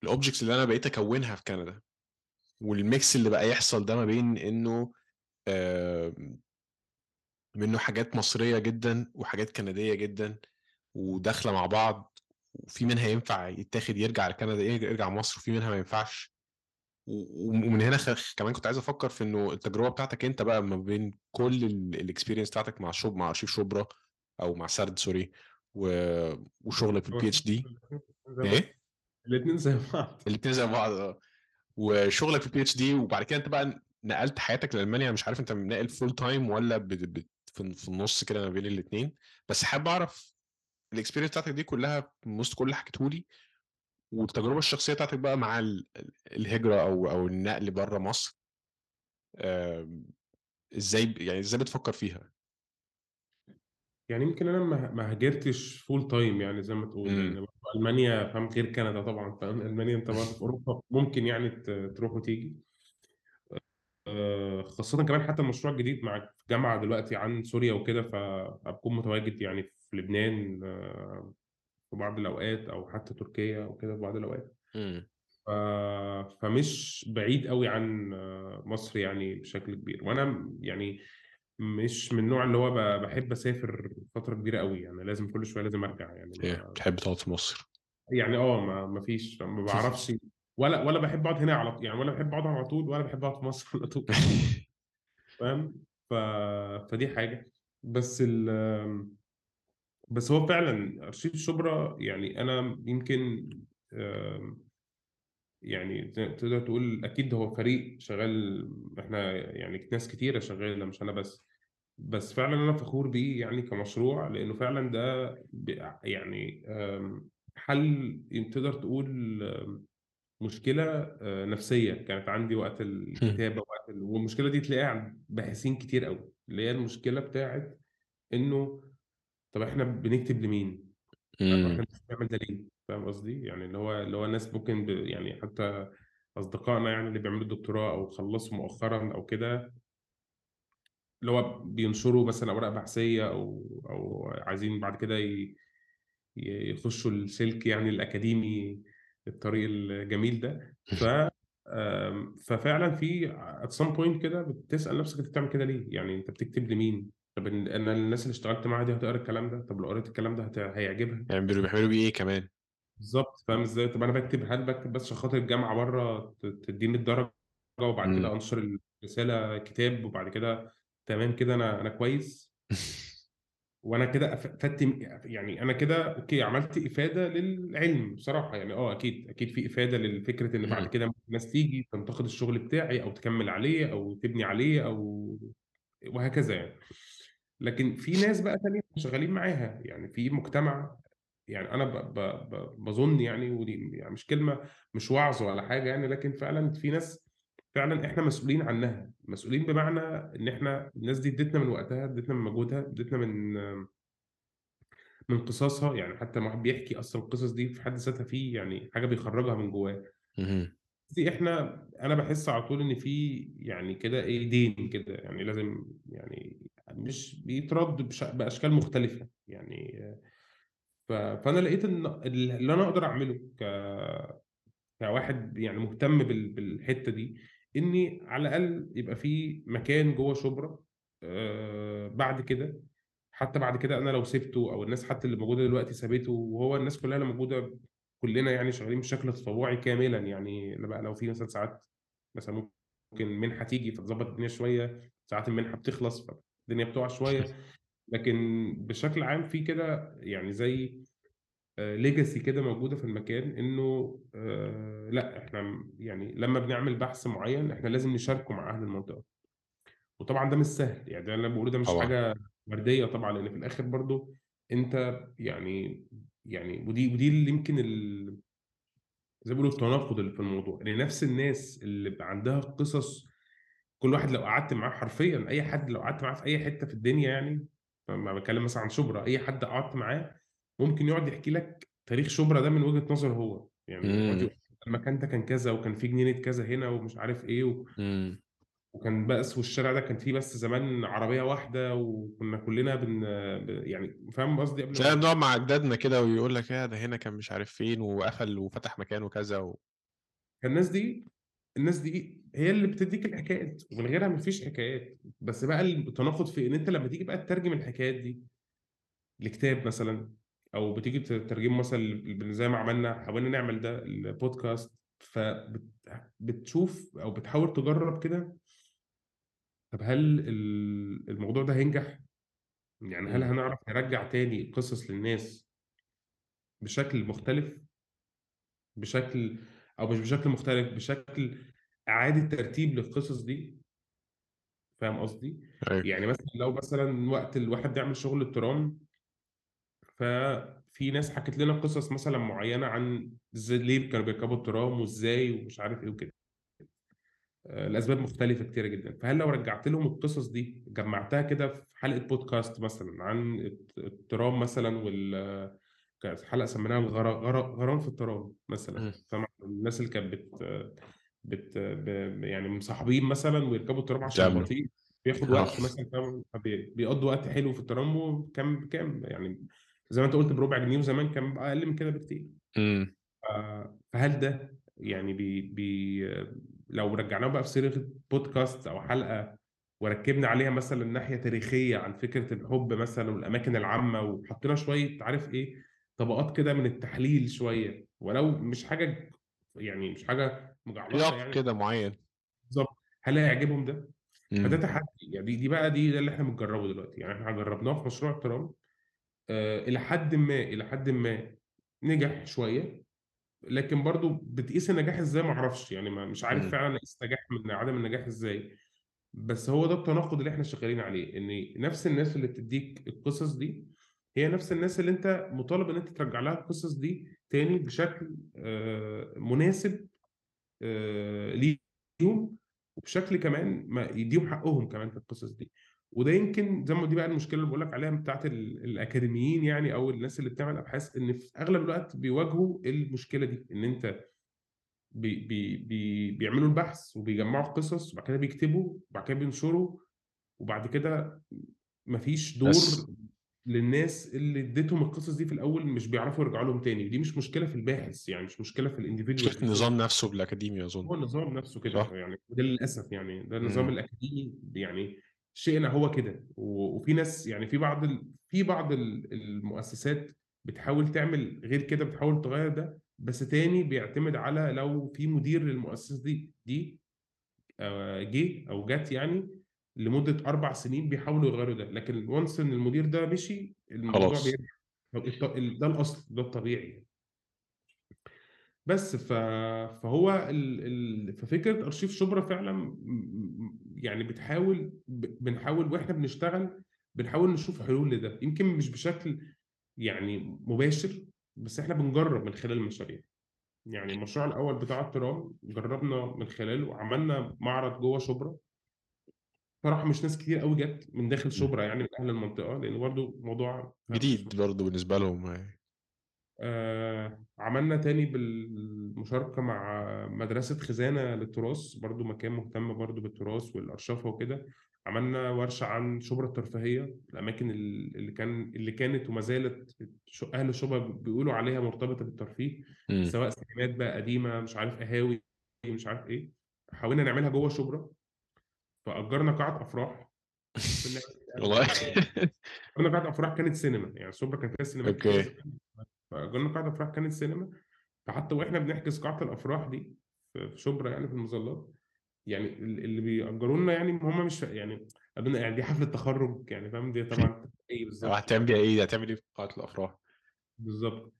الاوبجكتس اللي انا بقيت اكونها في كندا، والميكس اللي بقى يحصل ده ما بين انه آه، منه حاجات مصريه جدا وحاجات كنديه جدا وداخله مع بعض، وفي منها ينفع يتاخد يرجع لكندا يرجع مصر، وفي منها ما ينفعش. و- ومن هنا خ... كمان كنت عايز افكر في انه التجربه بتاعتك انت بقى ما بين كل الاكسبيرينس بتاعتك مع شوب مع ارشيف شبرا او مع سرد سوري و... وشغلك في هو البي اتش دي. زي بعض، ايه الاثنين زي بعض. الاثنين زي بعض اه. وشغلك في البي اتش دي، وبعد كده انت بقى نقلت حياتك لالمانيا. مش عارف انت ناقل فول تايم ولا ب... ب... في في النص كده ما بين الاثنين. بس حابب اعرف الاكسبيرينس بتاعتك دي كلها من وسط كل اللي حكيته لي، والتجربه الشخصيه بتاعتك بقى مع ال- الهجره او او النقل بره مصر. آم، ازاي يعني ازاي بتفكر فيها؟ يعني يمكن انا ما ما هاجرتش فول تايم يعني زي ما تقول، لان امم. برضه المانيا فاهم غير كندا طبعا، فاهم المانيا انت برضه في اوروبا ممكن يعني ت- تروح وتيجي. آه، خاصة كمان حتى المشروع الجديد مع الجامعة دلوقتي عن سوريا وكده، فأكون متواجد يعني في لبنان آه، في بعض الأوقات، أو حتى تركيا أو كده في بعض الأوقات. امم. ف... فمش بعيد قوي عن آه، مصر يعني بشكل كبير. وأنا يعني مش من النوع اللي هو ب- بحب أسافر فترة كبيرة قوي، يعني لازم كل شوية لازم أرجع يعني ايه ما تحب تقعد في مصر؟ يعني اه ما ما فيش ما بعرفش، ولا ولا بحب اقعد هنا على طول يعني، ولا بحب اقعد على طول، ولا بحب اقعد في مصر على طول. فاهم؟ ف... فدي حاجة. بس ال... بس هو فعلا أرشيف شبرا يعني أنا يمكن آم، يعني زي- تقدر تقول أكيد هو فريق شغال، إحنا يعني ناس كتيرة شغالة مش أنا بس. بس فعلا أنا فخور بيه يعني كمشروع، لأنه فعلا ده ب- يعني آم، حل تقدر تقول آم، مشكلة آه، نفسية كانت عندي وقت الكتابة، وقت ال... والمشكلة دي تلاقيها عند باحثين كتير قوي، اللي هي المشكلة بتاعت إنه طب احنا بنكتب لمين؟ امم. واحنا بنعمل ده ليه؟ فاهم قصدي؟ يعني اللي هو اللي هو الناس ممكن ب... يعني حتى اصدقائنا يعني اللي بيعملوا دكتوراه او خلصوا مؤخرا او كده، اللي هو بينشروا مثلا اوراق بحثيه او او عايزين بعد كده ي... ي- يخشوا السلك يعني الاكاديمي، الطريق الجميل ده. ف آم، ففعلا في at some point كده بتسأل نفسك انت بتعمل كده ليه؟ يعني انت بتكتب لمين؟ طب ان إن الناس اللي اشتغلت معاها دي هتقرا الكلام ده؟ طب لو قريت الكلام ده هت... هيعجبها؟ يعني بيعملوا بيعملوا بيه ايه كمان؟ بالظبط. فاهم ازاي؟ طب انا بكتب، هل بكتب بس عشان خاطر الجامعه بره ت- تديني الدرجه، وبعد كده امم. انشر الرساله كتاب، وبعد كده تمام كده انا انا كويس، وانا كده أف- فدت يعني انا كده اوكي عملت افاده للعلم بصراحه يعني. اه اكيد اكيد في افاده للفكره ان بعد امم. كده ممكن ناس تيجي تنتقد الشغل بتاعي او تكمل عليه او تبني عليه او وهكذا يعني. لكن في ناس بقى تانية شغالين معاها يعني في مجتمع، يعني انا ب ب ب بظن يعني، ودي يعني مش كلمه مش وعظ ولا حاجه يعني، لكن فعلا في ناس فعلا احنا مسؤولين عنها. مسؤولين بمعنى ان احنا الناس دي ادتنا من وقتها، ادتنا من مجهودها، ادتنا من من قصصها يعني. حتى ما واحد بيحكي اصلا القصص دي في حد ذاتها فيه يعني حاجه بيخرجها من جواه. امم. دي احنا انا بحس على طول ان في يعني كده ايه دين كده يعني لازم يعني مش بيترد بش- باشكال مختلفه يعني. ف- فانا لقيت ان اللي انا اقدر اعمله ك كواحد يعني مهتم بال- بالحته دي، اني على الاقل يبقى في مكان جوه شبرا آه، بعد كده. حتى بعد كده انا لو سبته، او الناس حتى اللي موجوده دلوقتي سابته، وهو الناس كلها اللي موجوده كلنا يعني شغالين بشكل تطوعي كاملا يعني. أنا بقى لو في مثلا ساعات مثلا ممكن منحه تيجي فتظبط الدنيا شويه، ساعات المنحه بتخلص فالدنيا بتقع شويه. لكن بشكل عام في كده يعني زي ليجاسي كده موجوده في المكان، انه آه لا احنا م- يعني لما بنعمل بحث معين احنا لازم نشاركه مع اهل المنطقه. وطبعا ده مش سهل يعني، ده اللي انا بقوله ده مش طبعا. حاجه ورديه طبعا، لان في الاخر برضو انت يعني يعني ودي ودي اللي يمكن ال- زي ما بيقولوا التناقض اللي في الموضوع، ان نفس الناس اللي بقى عندها قصص، كل واحد لو قعدت معاه حرفيا، اي حد لو قعدت معاه في اي حته في الدنيا يعني، لما بتكلم مثلا عن شبرا، اي حد قعدت معاه ممكن يقعد يحكي لك تاريخ شبرا ده من وجهه نظره هو يعني. يقعد امم. يقول المكان ده كان كذا، وكان فيه جنينه كذا هنا ومش عارف ايه و... امم. وكان بس، والشارع ده كان فيه بس زمان عربيه واحده، وكنا كلنا بن ب- يعني فاهم قصدي قبل تلاقي ما. بنقعد مع اجدادنا كده ويقول لك يا ده هنا كان مش عارف فين وقفل وفتح مكانه كذا. فالناس دي الناس دي هي اللي بتديك الحكايات، ومن غيرها مفيش حكايات. بس بقى التناقض في ان انت لما تيجي بقى تترجم الحكايات دي لكتاب مثلا، او بتيجي تترجمه مثلا ل- زي ما عملنا حاولنا نعمل ده البودكاست، فبتشوف او بتحاول تجرب كده. طب هل ال- الموضوع ده هينجح؟ يعني هل مم. هنعرف نرجع تاني قصص للناس بشكل مختلف، بشكل او مش بشكل مختلف، بشكل اعاده ترتيب للقصص دي؟ فاهم قصدي؟ ايوه. يعني مثلا لو مثلا وقت الواحد بيعمل شغل الترام، ففي ناس حكت لنا قصص مثلا معينه عن ازاي ليه كانوا بيركبوا الترام وازاي ومش عارف ايه وكده، آه، لاسباب مختلفه كتيره جدا. فهل لو رجعت لهم القصص دي جمعتها كده في حلقه بودكاست مثلا عن الت- الترام مثلا، وال كانت حلقه سميناها الغرا- غرا- غرام في الترام مثلا، مم. طبعا الناس اللي كانت بت بت ب- يعني مصاحبين مثلا ويركبوا الترام عشان زمن. البطيء، بياخد اه. وقت مثلا، فاهم؟ فبي- بيقضوا وقت حلو في الترام، وكام بكام يعني، زي ما انت قلت بربع جنيه، وزمان كان بقى اقل من كده بكتير. امم. ف- فهل ده يعني بي بي لو رجعناه بقى في صيغه بودكاست او حلقه، وركبنا عليها مثلا ناحيه تاريخيه عن فكره الحب مثلا والاماكن العامه، وحطينا شويه عارف ايه، طبقات كده من التحليل شويه، ولو مش حاجه يعني مش حاجه مجعلصه سياق يعني، كده معين. بالظبط، هل هيعجبهم ده؟ فده امم. تحدي يعني، دي, دي بقى دي ده اللي احنا بنجربه دلوقتي. يعني احنا جربناه في مشروع الترام، آه الى حد ما الى حد ما نجح شويه، لكن برضو بتقيس النجاح ازاي ما اعرفش يعني، ما مش عارف امم. فعلا اقيس نجاح من عدم النجاح ازاي. بس هو ده التناقض اللي احنا شغالين عليه، ان نفس الناس اللي بتديك القصص دي هي نفس الناس اللي انت مطالب ان انت ترجع لها القصص دي تاني بشكل آه، مناسب آه، ليهم، وبشكل كمان ما يديهم حقهم كمان في القصص دي. وده يمكن زي ما دي بقى المشكله اللي بقول لك عليها بتاعت ال- الاكاديميين يعني، او الناس اللي بتعمل ابحاث، ان في اغلب الوقت بيواجهوا المشكله دي، ان انت بي بي بي بيعملوا البحث وبيجمعوا القصص وبعد كده بيكتبوا وبعد كده بينشروا، وبعد كده مفيش بس دور للناس اللي اديتهم القصص دي في الاول، مش بيعرفوا يرجعوا لهم تاني. دي مش مشكله في الباحث يعني، مش مشكله في الانديفيدوال فكرة ريسيرش، النظام نفسه بالأكاديمية أظن. هو النظام نفسه كده صح؟ يعني، وده للاسف يعني ده النظام امم. الاكاديمي يعني، شئنا هو كده. و- وفي ناس يعني في بعض ال... في بعض ال- المؤسسات بتحاول تعمل غير كده، بتحاول تغير ده، بس تاني بيعتمد على لو في مدير للمؤسسة دي دي آه، جه او جت يعني لمدة أربع سنين بيحاولوا يغيروا ده، لكن وانس إن المدير ده مشي الموضوع خلاص. بيرجع. الط- ال- ده الأصل، ده الطبيعي. بس ف... فهو ال... ال... ففكره ارشيف شبرا فعلا م- م- يعني بتحاول ب... بنحاول واحنا بنشتغل، بنحاول نشوف حلول لده، يمكن مش بشكل يعني مباشر، بس احنا بنجرب من خلال المشاريع. يعني المشروع الاول بتاع الترام جربنا من خلاله وعملنا معرض جوه شبرا. صراحه مش ناس كتير قوي جت من داخل مم. شبرا يعني، من اهل المنطقه، لان برضه موضوع فاهم مش. جديد برضه بالنسبة لهم. آه عملنا تاني بالمشاركة مع مدرسة خزانة للتراث، برضو مكان مهتم برضو بالتراث والأرشفة وكده. عملنا ورشة عن شبرا الترفيهية، الأماكن اللي كان اللي كانت وما زالت ش- أهل شبرا بيقولوا عليها مرتبطة بالترفيه، امم. سواء سينمات بقى قديمة، مش عارف قهاوي، مش عارف إيه. حاولنا نعملها جوه شبرا، فأجرنا قاعة أفراح. كنا والله. أجرنا قاعة أفراح كانت سينما، يعني شبرا كان فيها سينمات كتيرة اوكي. زمان، فأجرنا قاعة أفراح كانت سينما. فحتى واحنا بنحجز قاعة الافراح دي في في شبرا يعني في المظلات، يعني ال- اللي بيأجروا لنا يعني هم مش فا- يعني قالوا لنا يعني دي حفلة تخرج يعني، فاهم؟ دي طبعا ايه او بالظبط هتعمل يعني، بيها ايه؟ هتعمل ايه في قاعة الافراح؟ بالظبط.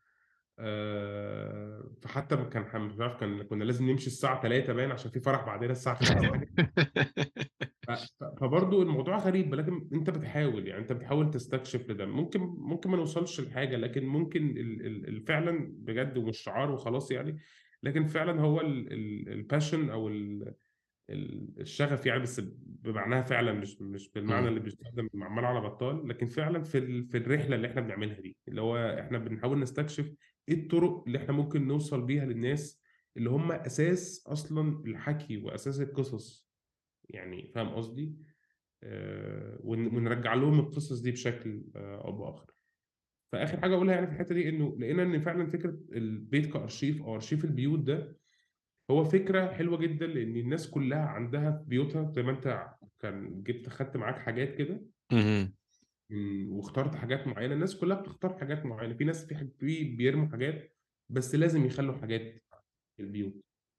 آه فحتى ما كان مش عارف، كان كنا لازم نمشي الساعة ثلاثة باين عشان في فرح بعدين الساعة خمسة حاجة. ف- ف- فبرضه الموضوع غريب، ولكن انت بتحاول يعني، انت بتحاول تستكشف لده. ممكن ممكن ما نوصلش لحاجة، لكن ممكن ال- ال- ال- فعلا بجد، ومش شعار وخلاص يعني، لكن فعلا هو الباشن او ال- ال- الشغف يعني، بس بمعناها فعلا، مش مش بالمعنى امم. اللي بيستخدم عمال على بطال، لكن فعلا في ال- في الرحله اللي احنا بنعملها دي، اللي هو احنا بنحاول نستكشف ايه الطرق اللي احنا ممكن نوصل بيها للناس اللي هم اساس اصلا الحكي واساس القصص يعني، فاهم قصدي؟ آه، ون- ونرجع لهم القصص دي بشكل آه، او باخر. فاخر حاجه اقولها يعني في الحته دي، انه لقينا ان فعلا فكره البيت كارشيف او ارشيف البيوت ده هو فكره حلوه جدا، لان الناس كلها عندها في بيوتها، زي ما انت كان جبت خدت معاك حاجات كده مهم. مم، واخترت حاجات معينه. الناس كلها بتختار حاجات معينه، في ناس في حاج- في بيرموا حاجات، بس لازم يخلوا حاجات في البيوت،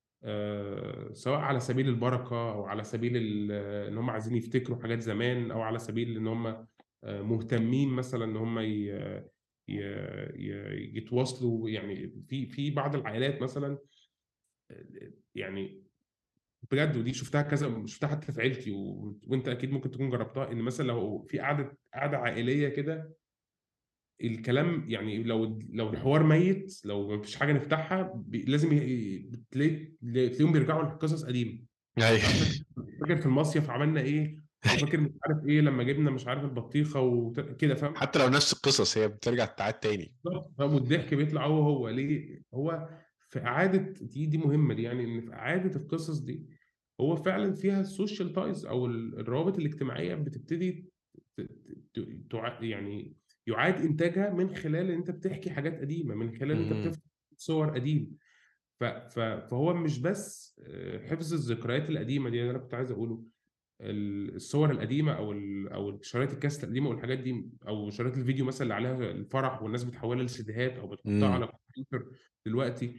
آه، سواء على سبيل البركه، او على سبيل ال- ان هم عايزين يفتكروا حاجات زمان، او على سبيل ان هم آه، مهتمين مثلا ان هم ي- ي- ي- يتواصلوا. يعني في في بعض العائلات مثلا، آه، يعني بجد، ودي شفتها كذا، شفتها حتى في عيلتي، و... وانت اكيد ممكن تكون جربتها، ان مثلا لو في قعده قعده عائليه كده، الكلام يعني لو لو الحوار ميت، لو مفيش حاجه نفتحها، بي... لازم ي... بتلاقي تلاقيهم بيرجعوا لقصص قديمه. ايوه. آه، فاكر فاكر في المصيف عملنا ايه، او فاكر مش عارف ايه لما جبنا مش عارف البطيخه وكده، فاهم؟ حتى لو نفس القصص هي بترجع تتعاد تاني. بالظبط. فاهم؟ والضحك بيطلع هو هو ليه هو في اعاده دي دي مهمه دي، يعني ان في اعاده القصص دي هو فعلا فيها السوشيال تايز، او ال- الروابط الاجتماعيه بتبتدي ت- ت- تع- يعني يعاد انتاجها من خلال ان انت بتحكي حاجات قديمه، من خلال ان انت مهم. بتفتح صور قديمه. ف- ف- فهو مش بس آه، حفظ الذكريات القديمه دي اللي انا كنت عايز اقوله، ال- الصور القديمه، او ال او شرايط الكاسيت القديمه والحاجات دي، او شرايط الفيديو مثلا اللي عليها الفرح والناس بتحولها لسيديهات او بتحطها مم. على الكمبيوتر دلوقتي.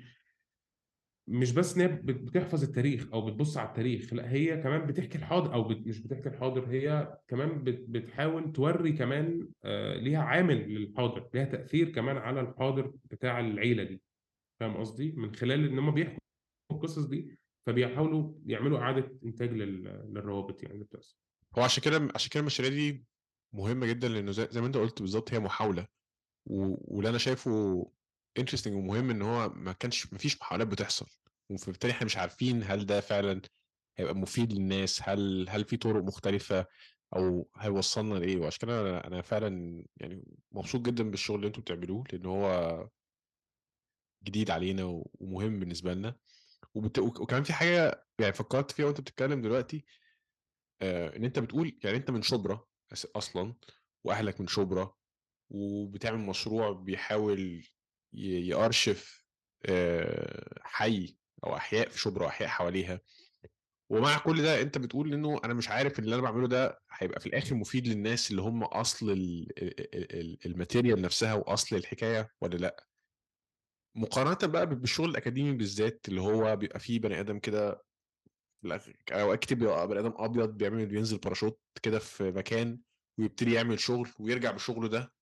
مش بس ان هي بت- بتحفظ التاريخ او بتبص على التاريخ، لا هي كمان بتحكي الحاضر، او بت مش بتحكي الحاضر، هي كمان بت بتحاول توري كمان، آه ليها عامل للحاضر، ليها تأثير كمان على الحاضر بتاع العيلة دي. فاهم قصدي؟ من خلال ان هم بيحكوا القصص دي، فبيحاولوا يعملوا إعادة إنتاج لل- للروابط يعني اللي بتحصل. هو عشان كده عشان كده المشاريع دي مهمه جدا، لانه زي, زي ما انت قلت بالظبط هي محاوله. و- واللي انا شايفه انترستنج ومهم ان هو ما كانش ما فيش محاولات بتحصل، وبالتالي احنا مش عارفين هل ده فعلا هيبقى مفيد للناس، هل هل في طرق مختلفه او هيوصلنا لايه. وعشان كده انا أنا فعلا يعني مبسوط جدا بالشغل اللي انتوا بتعملوه، لان هو جديد علينا و- ومهم بالنسبه لنا. وبت... وكمان في حاجه يعني فكرت فيها وانت بتتكلم دلوقتي، آه ان انت بتقول يعني انت من شبرا أس- اصلا، واهلك من شبرا، وبتعمل مشروع بيحاول ي- يأرشف آه، حي او احياء في شبرا واحياء حواليها. ومع كل ده انت بتقول انه انا مش عارف اللي انا بعمله ده هيبقى في الاخر مفيد للناس اللي هم اصل ال- ال- ال- الماتيريال نفسها واصل الحكايه ولا لا. مقارنه بقى بالشغل الاكاديمي بالذات، اللي هو بيبقى فيه بني ادم كده في الآخر- او اكتب بيبقى بني ادم ابيض بيعمل بينزل باراشوت كده في مكان، ويبتدي يعمل شغل ويرجع بشغله ده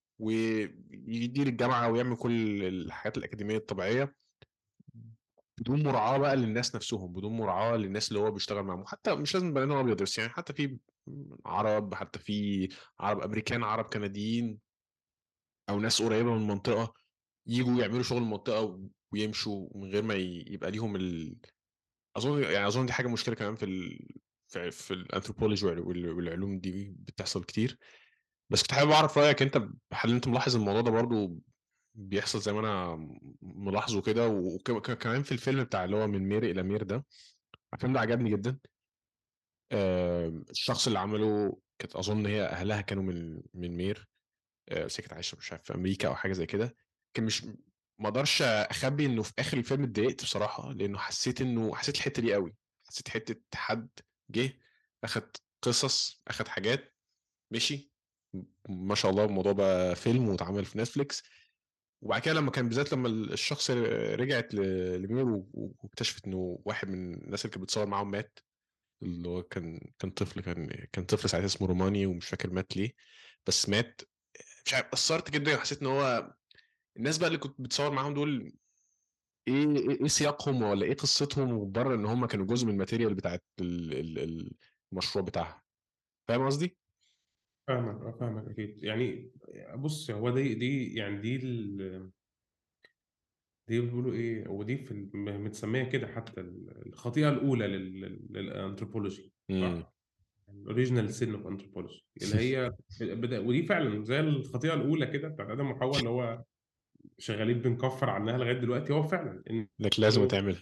ويدير الجامعة ويعمل كل الحاجات الأكاديمية الطبيعية، بدون مراعاة بقى للناس نفسهم، بدون مراعاة للناس اللي هو بيشتغل معاهم. حتى مش لازم بني آدم أبيض بس، يعني حتى في عرب، حتى في عرب أمريكان، عرب كنديين، أو ناس قريبة من المنطقة يجوا يعملوا شغل المنطقة و- ويمشوا من غير ما ي- يبقى ليهم ال... أظن يعني أظن دي حاجة مشكلة كمان في ال... في, في الأنثروبولوجي وال- والعلوم دي بتحصل كتير. بس كنت حابب اعرف رايك انت، هل انت ملاحظ الموضوع ده برضو بيحصل زي ما انا ملاحظه كده؟ وكمان في الفيلم بتاع اللي هو من مير الى مير ده، الفيلم ده عجبني جدا. آه، الشخص اللي عمله كانت اظن هي اهلها كانوا من من مير، آه، بس هي كانت عايشه مش عارف في امريكا او حاجه زي كده. كان مش ما اقدرش اخبي انه في اخر الفيلم اتضايقت بصراحه، لانه حسيت انه حسيت الحته دي قوي. حسيت حته حد جه اخد قصص، اخد حاجات، مشي، ما شاء الله الموضوع بقى فيلم واتعمل في نتفليكس. وبعد كده لما كان بالذات لما الشخص رجعت ل- لمير و- واكتشفت انه واحد من الناس اللي كانت بتصور معاهم مات، اللي هو كان كان طفل، كان كان طفل ساعتها اسمه روماني ومش فاكر مات ليه، بس مات. مش عارف، اثرت جدا وحسيت ان هو الناس بقى اللي كنت بتصور معاهم دول ايه ايه إيه سياقهم ولا ايه قصتهم بره ان هم كانوا جزء من الماتيريال بتاعت ال- ال- المشروع بتاعها. فاهم قصدي؟ فاهمك، اه فاهمك اكيد. يعني بص، هو دي دي يعني دي ال- دي بيقولوا ايه، ودي في ال- متسميه كده حتى ال- الخطيئه الاولى للانثروبولوجي، امم. صح؟ الاوريجينال سين اوف انثروبولوجي، اللي هي بدا، ودي فعلا زي الخطيئه الاولى كده بتاعت ادم وحواء، اللي هو شغالين بنكفر عنها لغايه دلوقتي. هو فعلا انك لازم انه تعمل.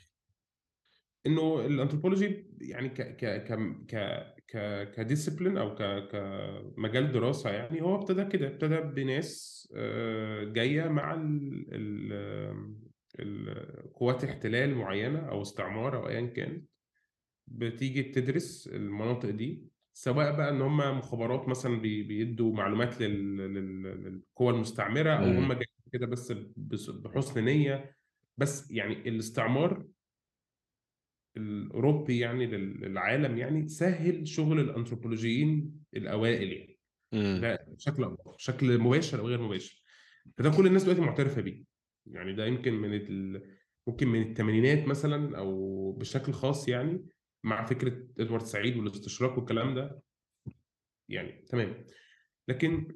انه الانثروبولوجي يعني ك ك ك ك ك كديسيبلين، او ك كمجال دراسه، يعني هو ابتدى كده، ابتدى بناس آه، جايه مع ال ال ال- قوات احتلال معينة أو استعمار أو أيا كان، بتيجي تدرس المناطق دي، سواء بقى إن هم مخابرات مثلا بي- بيدوا معلومات لل- لل- للقوى المستعمرة، أو هم امم. جايين كده بس بس- بحسن نية. بس يعني الاستعمار الأوروبي يعني لل- للعالم يعني سهل شغل الأنثروبولوجيين الأوائل يعني. امم. ده بشكل أو بآخر، بشكل مباشر أو غير مباشر. فده كل الناس دلوقتي معترفة بيه. يعني ده يمكن من ال... ممكن من الثمانينات مثلا أو بشكل خاص يعني، مع فكرة إدوارد سعيد والاستشراق والكلام ده، يعني تمام. لكن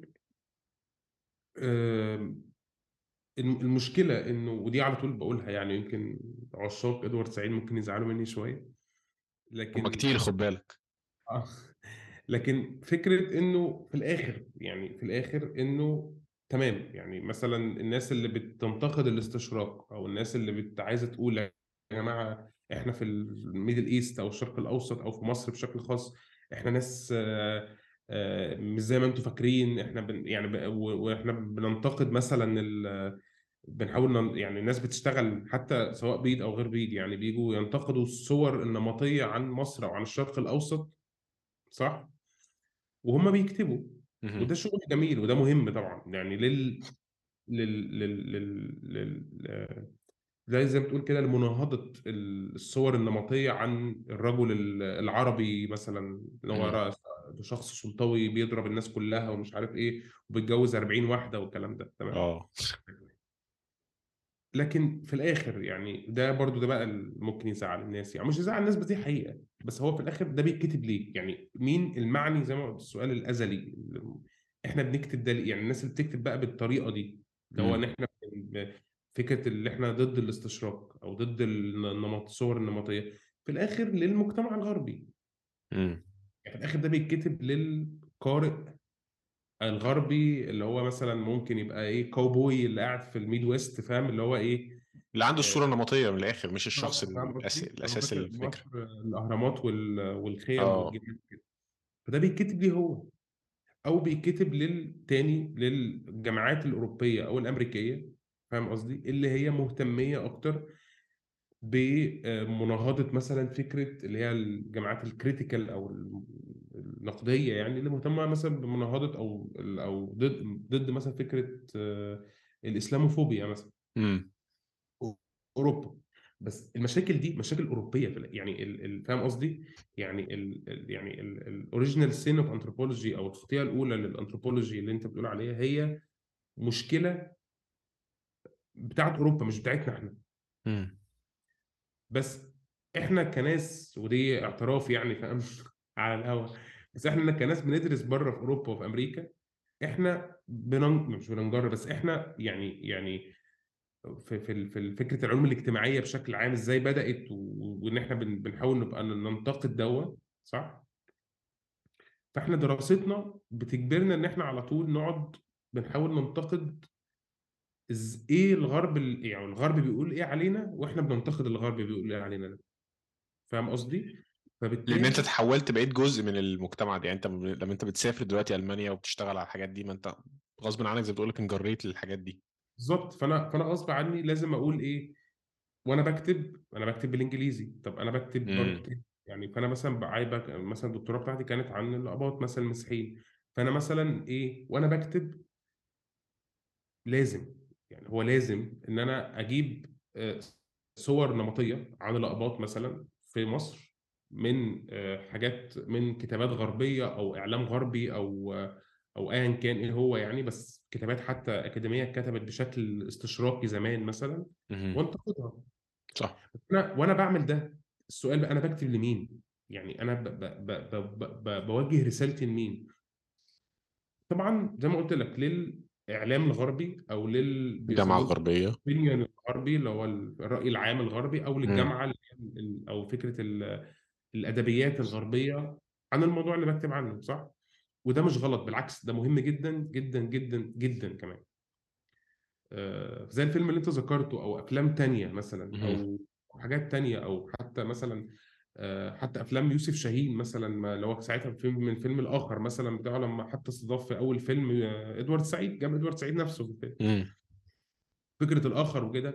آم، الم- المشكلة إنه، ودي على طول بقولها يعني، يمكن عشاق إدوارد سعيد ممكن يزعلوا مني شوية، هما لكن كتير خد بالك. آه. لكن فكرة انه في الاخر، يعني في الاخر انه تمام، يعني مثلا الناس اللي بتنتقد الاستشراق، او الناس اللي بت عايزة تقول يا جماعة احنا في الميدل ايست او الشرق الاوسط او في مصر بشكل خاص، احنا ناس آه، آه، مش زي ما انتم فاكرين، احنا بن يعني ب- و- واحنا بننتقد مثلا ال- بنحاول نن- يعني الناس بتشتغل حتى سواء بيض او غير بيض، يعني بيجوا ينتقدوا الصور النمطية عن مصر او عن الشرق الاوسط، صح؟ وهم بيكتبوا. مهم. وده شغل جميل وده مهم طبعا، يعني لل لل لل, لل... لل... زي زي ما بتقول كده لمناهضة الصور النمطية عن الرجل ال- العربي مثلا، اللي هو مم. رأس- شخص سلطوي بيضرب الناس كلها ومش عارف ايه، وبيتجوز أربعين واحدة والكلام ده، تمام. اه. لكن في الاخر يعني ده برضو ده بقى اللي ممكن يزعل الناس، يعني مش يزعل الناس بس دي حقيقه، بس هو في الاخر ده بيتكتب ليه؟ يعني مين المعني؟ زي ما قلت السؤال الازلي اللي احنا بنكتب ده ليه؟ يعني الناس اللي بتكتب بقى بالطريقه دي، اللي هو ان مم. احنا بن- فكره اللي احنا ضد الاستشراق او ضد النمط الصور النمطيه، في الاخر للمجتمع الغربي. مم. يعني في الاخر ده بيتكتب للقارئ الغربي، اللي هو مثلا ممكن يبقى ايه، كاوبوي اللي قاعد في الميد ويست، فاهم اللي هو ايه. اللي عنده آه، الصورة النمطية من الآخر، مش الشخص بالظبط، فاهم الأس... قصدي؟ انا الأساس فاكر الفكرة. مصر الاهرامات وال- والخيم اه. والجبال كده. فده بيتكتب ليه هو، او بيتكتب للتاني للجامعات الاوروبيه او الامريكيه، فاهم قصدي، اللي هي مهتميه اكتر بمناهضه مثلا فكره اللي هي الجامعات الكريتيكال او النقديه، يعني اللي مهتمه مثلا بمناهضه او او ضد ضد مثلا فكره آه، الاسلاموفوبيا مثلا، مم. اوروبا. بس المشاكل دي مشاكل اوروبيه في ال- يعني ال- ال- فاهم قصدي، يعني ال ال يعني الاوريجينال سين اوف انثروبولوجي، او الخطيئه الاولى للانثروبولوجي اللي انت بتقول عليها، هي مشكله بتاعت اوروبا مش بتاعتنا احنا. مم. بس احنا كناس، ودي اعتراف يعني، فاهم على الهوا، بس احنا كناس بندرس بره في اوروبا وفي امريكا، احنا بنن... مش بننجر، بس احنا يعني يعني في في في فكره العلوم الاجتماعيه بشكل عام ازاي بدات، و- وان احنا بن- بنحاول نبقى ننتقد دوت، صح. فاحنا دراستنا بتجبرنا ان احنا على طول نقعد بنحاول ننتقد إز ايه الغرب ال- يعني الغرب بيقول ايه علينا، واحنا بننتقد الغرب بيقول ايه علينا ده، فاهم قصدي. لأن أنت فبالتالي تحولت بقيت جزء من المجتمع ده، يعني أنت م- لما أنت بتسافر دلوقتي ألمانيا وبتشتغل على الحاجات دي، ما أنت غصب عنك زي ما بتقول لك انجريت للحاجات دي. بالظبط، فانا فانا غصب عني لازم اقول ايه، وانا بكتب انا بكتب بالانجليزي، طب انا بكتب مم. برضه يعني، فانا مثلا بعايبك مثلا الدكتوراه بتاعتي كانت عن الاباط مثلا المسيحيين، فانا مثلا ايه وانا بكتب لازم، يعني هو لازم ان انا اجيب آه، صور نمطيه عن الاباط مثلا في مصر، من آه، حاجات من كتابات غربيه او اعلام غربي او آه، او ايا كان ايه هو يعني، بس كتابات حتى اكاديميه اتكتبت بشكل استشراقي زمان مثلا، مم. وانتقدها. صح. انا وانا بعمل ده، السؤال بقى انا بكتب لمين؟ يعني انا ب ب ب ب ب ب بوجه رسالتي لمين؟ طبعا زي ما قلت لك، للاعلام الغربي او لل جامعة بيسموه غربية. الاوبينيون الغربي، اللي هو الراي العام الغربي، او مم. للجامعه اللي هي ال- او فكره ال- الادبيات الغربيه عن الموضوع اللي بكتب عنه، صح. وده مش غلط، بالعكس ده مهم جدا جدا جدا جدا كمان. آه، زي الفيلم اللي انت ذكرته، او افلام تانية مثلا، مم. او حاجات تانية، او حتى مثلا آه، حتى افلام يوسف شاهين مثلا، ما لو ساعتها في فيلم من الفيلم الاخر مثلا بتاعه، لما حتى استضاف في اول فيلم آه، ادوارد سعيد، جاب ادوارد سعيد نفسه في الفيلم، مم. فكره الاخر وكده.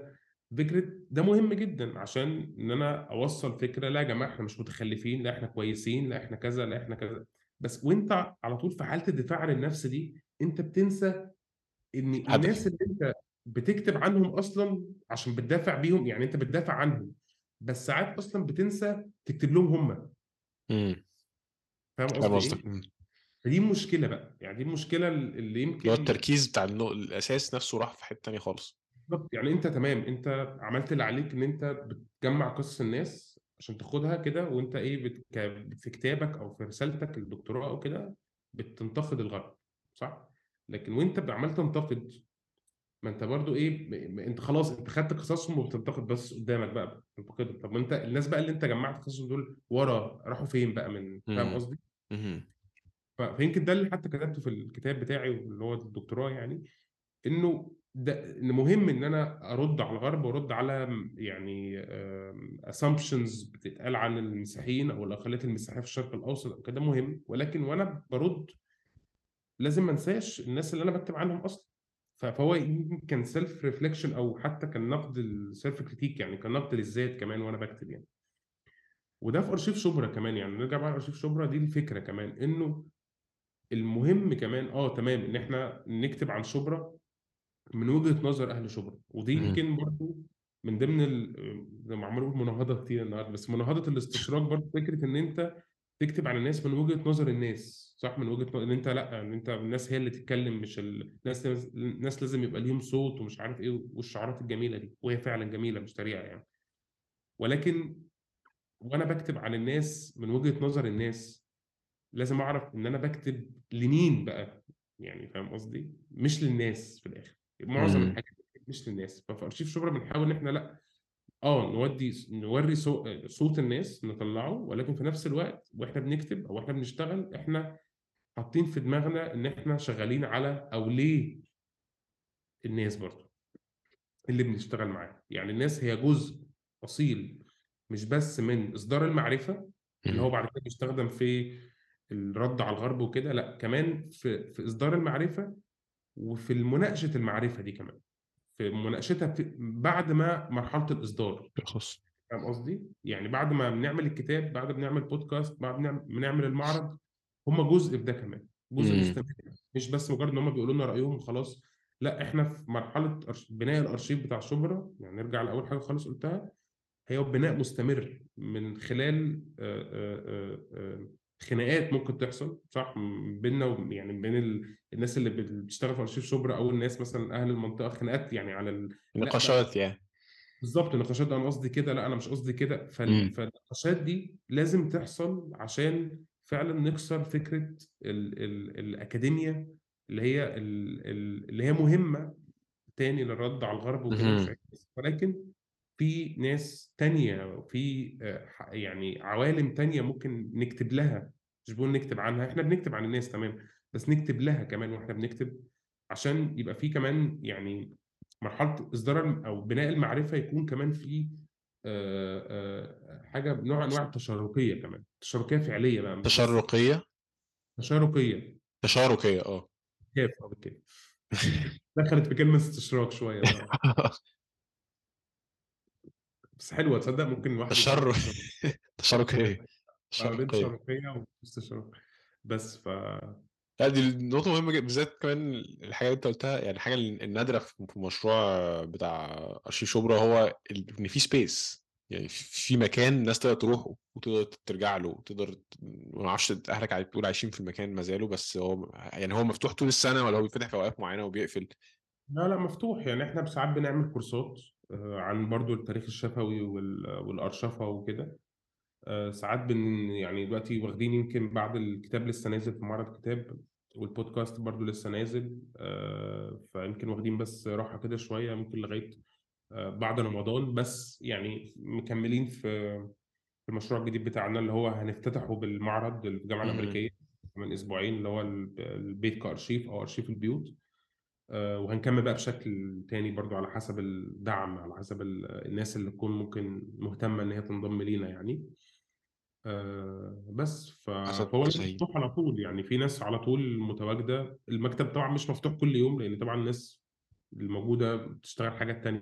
فكره ده مهم جدا عشان ان انا اوصل فكره، لا يا جماعه احنا مش متخلفين، لا احنا كويسين، لا احنا كذا، لا احنا كذا. بس وانت على طول في حاله الدفاع عن النفس دي، انت بتنسى ان هبل. الناس اللي انت بتكتب عنهم اصلا عشان بتدافع بيهم، يعني انت بتدافع عنهم، بس ساعات اصلا بتنسى تكتب لهم هم. امم فاهم فاهم قصدي قصدك. ايه؟ مم. فدي المشكله بقى، يعني دي المشكله اللي اللي هو يمكن. التركيز بتاع النو... الاساس نفسه راح في حته تانيه خالص. بالظبط، يعني انت تمام، انت عملت اللي عليك ان انت بتجمع قصص الناس عشان تاخدها كده، وانت ايه بت... ك- في كتابك او في رسالتك الدكتوراه او كده بتنتقد الغرب، صح؟ لكن وانت عمال تنتقد، ما انت برضو ايه، م- م- انت خلاص انت خدت قصصهم وبتنتقد بس قدامك بقى بتنتقدهم. طب ما انت الناس بقى اللي انت جمعت قصصهم دول ورا راحوا فين بقى؟ من فاهم امم قصدي؟ امم ف- فيمكن ده اللي حتى كتبته في الكتاب بتاعي اللي هو الدكتوراه، يعني انه ده ان مهم ان انا ارد على الغرب وارد على يعني اسامبشنز بتتقال عن المسيحيين او الاقليات المسيحيه في الشرق الاوسط او كده مهم، ولكن وانا برد لازم ما انساش الناس اللي انا بكتب عنهم اصلا. ف- فهو يمكن كان سيلف ريفليكشن او حتى كان نقد السيلف كريتيك، يعني كان نقد للذات كمان وانا بكتب يعني. وده في ارشيف شبرا كمان، يعني نرجع بقى لارشيف شبرا دي الفكره كمان انه المهم كمان اه تمام ان احنا نكتب عن شبرا من وجهة نظر اهل شبرا. ودي امم يمكن برضو من ضمن ال- زي ما عمال اقول مناهضه كتير النهارده، بس مناهضه الاستشراق برضو فكره ان انت تكتب عن الناس من وجهة نظر الناس، صح؟ من وجهة نظر ان انت لا، ان انت الناس هي اللي تتكلم، مش ال- الناس الناس لازم يبقى ليهم صوت ومش عارف ايه والشعارات الجميله دي، وهي فعلا جميله مش تريقه يعني. ولكن وانا بكتب عن الناس من وجهة نظر الناس لازم اعرف ان انا بكتب لمين بقى، يعني فاهم قصدي؟ مش للناس في الاخر، معظم امم الحاجات مش للناس. ففي ارشيف شبرا بنحاول ان احنا لا، اه نودي نوري صو- صوت الناس نطلعه، ولكن في نفس الوقت واحنا بنكتب او احنا بنشتغل احنا حاطين في دماغنا ان احنا شغالين على او ليه الناس برضه اللي بنشتغل معاها. يعني الناس هي جزء اصيل مش بس من اصدار المعرفه اللي هو بعد كده بيستخدم في الرد على الغرب وكده، لا كمان في في اصدار المعرفه وفي مناقشه المعرفه دي كمان، في مناقشتها في بعد ما مرحله الاصدار. خلاص. فاهم قصدي؟ يعني بعد ما بنعمل الكتاب، بعد ما بنعمل بودكاست، بعد ما بنعمل المعرض، هم جزء في ده كمان، جزء امم مستمر. مش بس مجرد ان هم بيقولوا لنا رايهم وخلاص، لا احنا في مرحله أرش- بناء الارشيف بتاع شبرا. يعني نرجع لاول حاجه خالص قلتها، هي بناء مستمر من خلال آه، آه، آه، آه، خناقات ممكن تحصل، صح؟ بيننا وب- يعني بين ال- الناس اللي بتشتغل في ارشيف شبرا او الناس مثلا اهل المنطقه، خناقات يعني على ال... لا ده نقاشات يعني. بالظبط نقاشات، انا قصدي كده، لا انا مش قصدي كده. فال... امم فالنقاشات دي لازم تحصل عشان فعلا نكسر فكره ال... ال... الاكاديميا اللي هي ال... ال... اللي هي مهمه تاني للرد على الغرب وكده، مش امم عيب. ولكن في ناس تانية وفي آه، ح- يعني عوالم تانية ممكن نكتب لها. مش بقول نكتب عنها، احنا بنكتب عن الناس تمام، بس نكتب لها كمان واحنا بنكتب، عشان يبقى في كمان يعني مرحلة إصدار الم- أو بناء المعرفة يكون كمان في آه، آه، حاجة نوع أنواع التشاركية كمان، تشاركية فعلية بقى مش بس تشرقيه. تشاركية. تشاركيه اه. كيف أو بالكيف دخلت في كلمة استشراق شوية بقى، بس حلوة تصدق، ممكن الواحد يكتبها تشرق. تشارك. تشاركيه. ما بين تشرقيه. تشاركية واستشراق. بس ف لا دي النقطة مهمة جدا، بالذات كمان الحاجة اللي انت قلتها، يعني الحاجة النادرة في في المشروع بتاع أرشيف شبرا هو ال- إن في سبيس، يعني في في مكان الناس تقدر تروحه وتقدر ترجع له وتقدر ت- ما اعرفش أهلك عاي- بتقول عايشين في المكان ما زالوا، بس هو يعني هو مفتوح طول السنة ولا هو بيفتح في أوقات معينة وبيقفل؟ لا لا مفتوح، يعني احنا ساعات بنعمل كورسات آه، عن برضو التاريخ الشفوي وال- والأرشفة وكده. آه، ساعات بن يعني دلوقتي واخدين يمكن بعد الكتاب لسه نازل في معرض كتاب، والبودكاست برضو لسه نازل، آه، فيمكن واخدين بس راحة كده شوية ممكن لغاية آه، بعد رمضان. بس يعني مكملين في في المشروع الجديد بتاعنا اللي هو هنفتتحه بالمعرض اللي في الجامعة مهم. الأمريكية من أسبوعين، اللي هو الب- البيت كأرشيف أو أرشيف البيوت. آه، وهنكمل بقى بشكل تاني برضو على حسب الدعم، على حسب ال- الناس اللي تكون ممكن مهتمة إن هي تنضم لينا يعني. آه، بس ف- حسب فهو تسعين. مفتوح على طول، يعني في ناس على طول متواجدة. المكتب طبعا مش مفتوح كل يوم لأن طبعا الناس الموجودة بتشتغل حاجات تانية،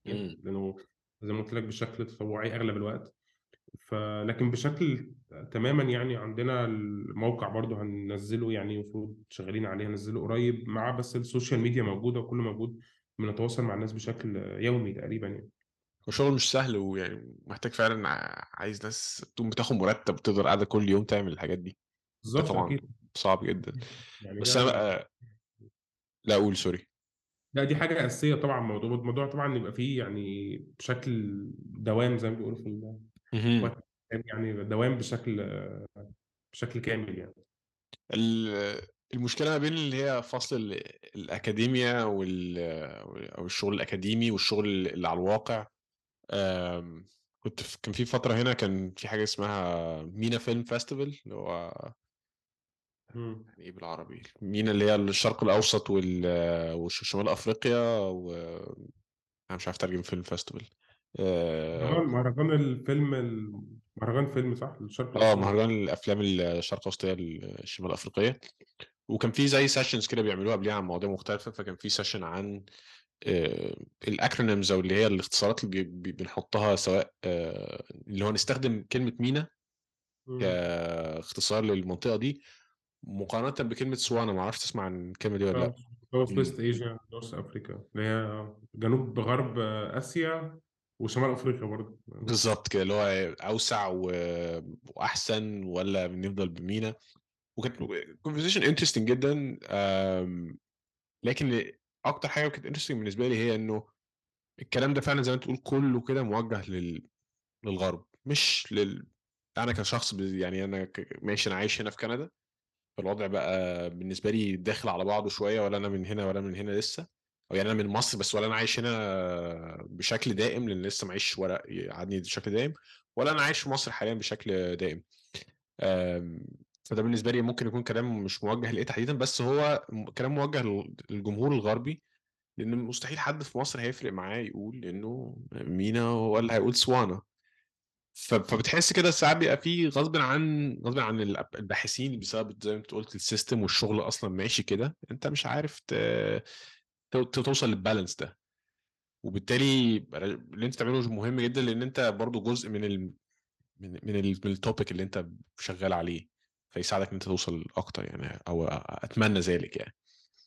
إمم. لأنه زي ما قُلت لك بشكل تطوعي أغلب الوقت. فلكن بشكل تمامًا يعني عندنا الموقع برضه هننزّله يعني المفروض شغالين عليه هننزّله قريب، مع بس السوشيال ميديا موجودة وكُلّه موجود، بنتواصل مع الناس بشكل يومي تقريبًا يعني. وشغل مش سهل ويعني محتاج فعلًا ع عايز ناس تكون بتاخد مرتب وتفضل قاعدة كل يوم تعمل الحاجات دي، ده بالضبط طبعًا أكيد. صعب جدًا. يعني بس أنا ده بقى لا قُل sorry. لأ دي حاجة أساسية طبعًا موضوع الموضوع طبعًا يبقى فيه يعني بشكل دوام زي ما بيقولوا في ال اهم. إخواتنا يعني دوام بشكل بشكل كامل يعني. ال المشكلة ما بين اللي هي فصل ال الأكاديميا وال أو الشغل الأكاديمي والشغل اللي على الواقع. آمم، كنت ف كان في فترة هنا كان في حاجة اسمها مينا فيلم فيستيفال اللي هو إمم. يعني إيه بالعربي؟ مينا اللي هي الشرق الأوسط وال وش شمال أفريقيا و أنا مش عارف أترجم فيلم فيستيفال. آآ، مهرجان مهرجان الفيلم ال مهرجان فيلم صح؟ الشرق آه، الأوسط والّا مهرجان الأفلام الشرق الأوسطية ال الشمال أفريقية. وكان في زي sessions كده بيعملوها قبليها عن مواضيع مختلفة، فكان في session عن آآ الacronyms أو اللي هي الاختصارات اللي بي بي بنحطها سواء آآ اللي هو نستخدم كلمة مينا إمم. كاختصار للمنطقة دي، مقارنةً بكلمة سوانا، ما أعرفش تسمع عن الكلمة دي والّا آه، لأ؟ South إمم، West Asia North Africa اللي هي جنوب غرب آسيا وشمال أفريقيا برضه. بالضبط كده، اللي هو أوسع و وأحسن والّا بنفضل بمينا، وكانت conversation interesting جدًا. آمم لكن أكتر حاجة كانت interesting بالنسبة لي هي إنه الكلام ده فعلًا زي ما أنت بتقول كلّه كده موجه لل للغرب، مش لل أنا كشخص ب يعني أنا ك ماشي أنا عايش هنا في كندا، فالوضع بقى بالنسبة لي داخل على بعضه شوية، ولا أنا من هنا ولا من هنا لسه، أو يعني أنا من مصر بس ولا أنا عايش هنا بشكل دائم، لإن لسه معيش ورق يقعدني بشكل دائم، ولا أنا عايش في مصر حاليًا بشكل دائم. آمم، فده بالنسبة لي ممكن يكون كلام مش موجه لإيه تحديدًا، بس هو م كلام موجه لل للجمهور الغربي، لإن مستحيل حد في مصر هيفرق معاه يقول إنه مينا هو اللي هيقول سوانا. ف فبتحس كده ساعات بيبقى في غصبٍ عن غصبٍ عن الأب الباحثين بسبب زي ما أنت قُلت الsystem والشغل أصلًا ماشي كده، أنت مش عارف ت ت ت توصل للbalance ده، وبالتالي ر اللي أنت بتعمله مهم جدًا، لإن أنت برضه جزء من ال من من ال من الtopic اللي أنت شغال عليه، فيساعدك إن أنت توصل أكتر يعني أو أتمنى ذلك يعني.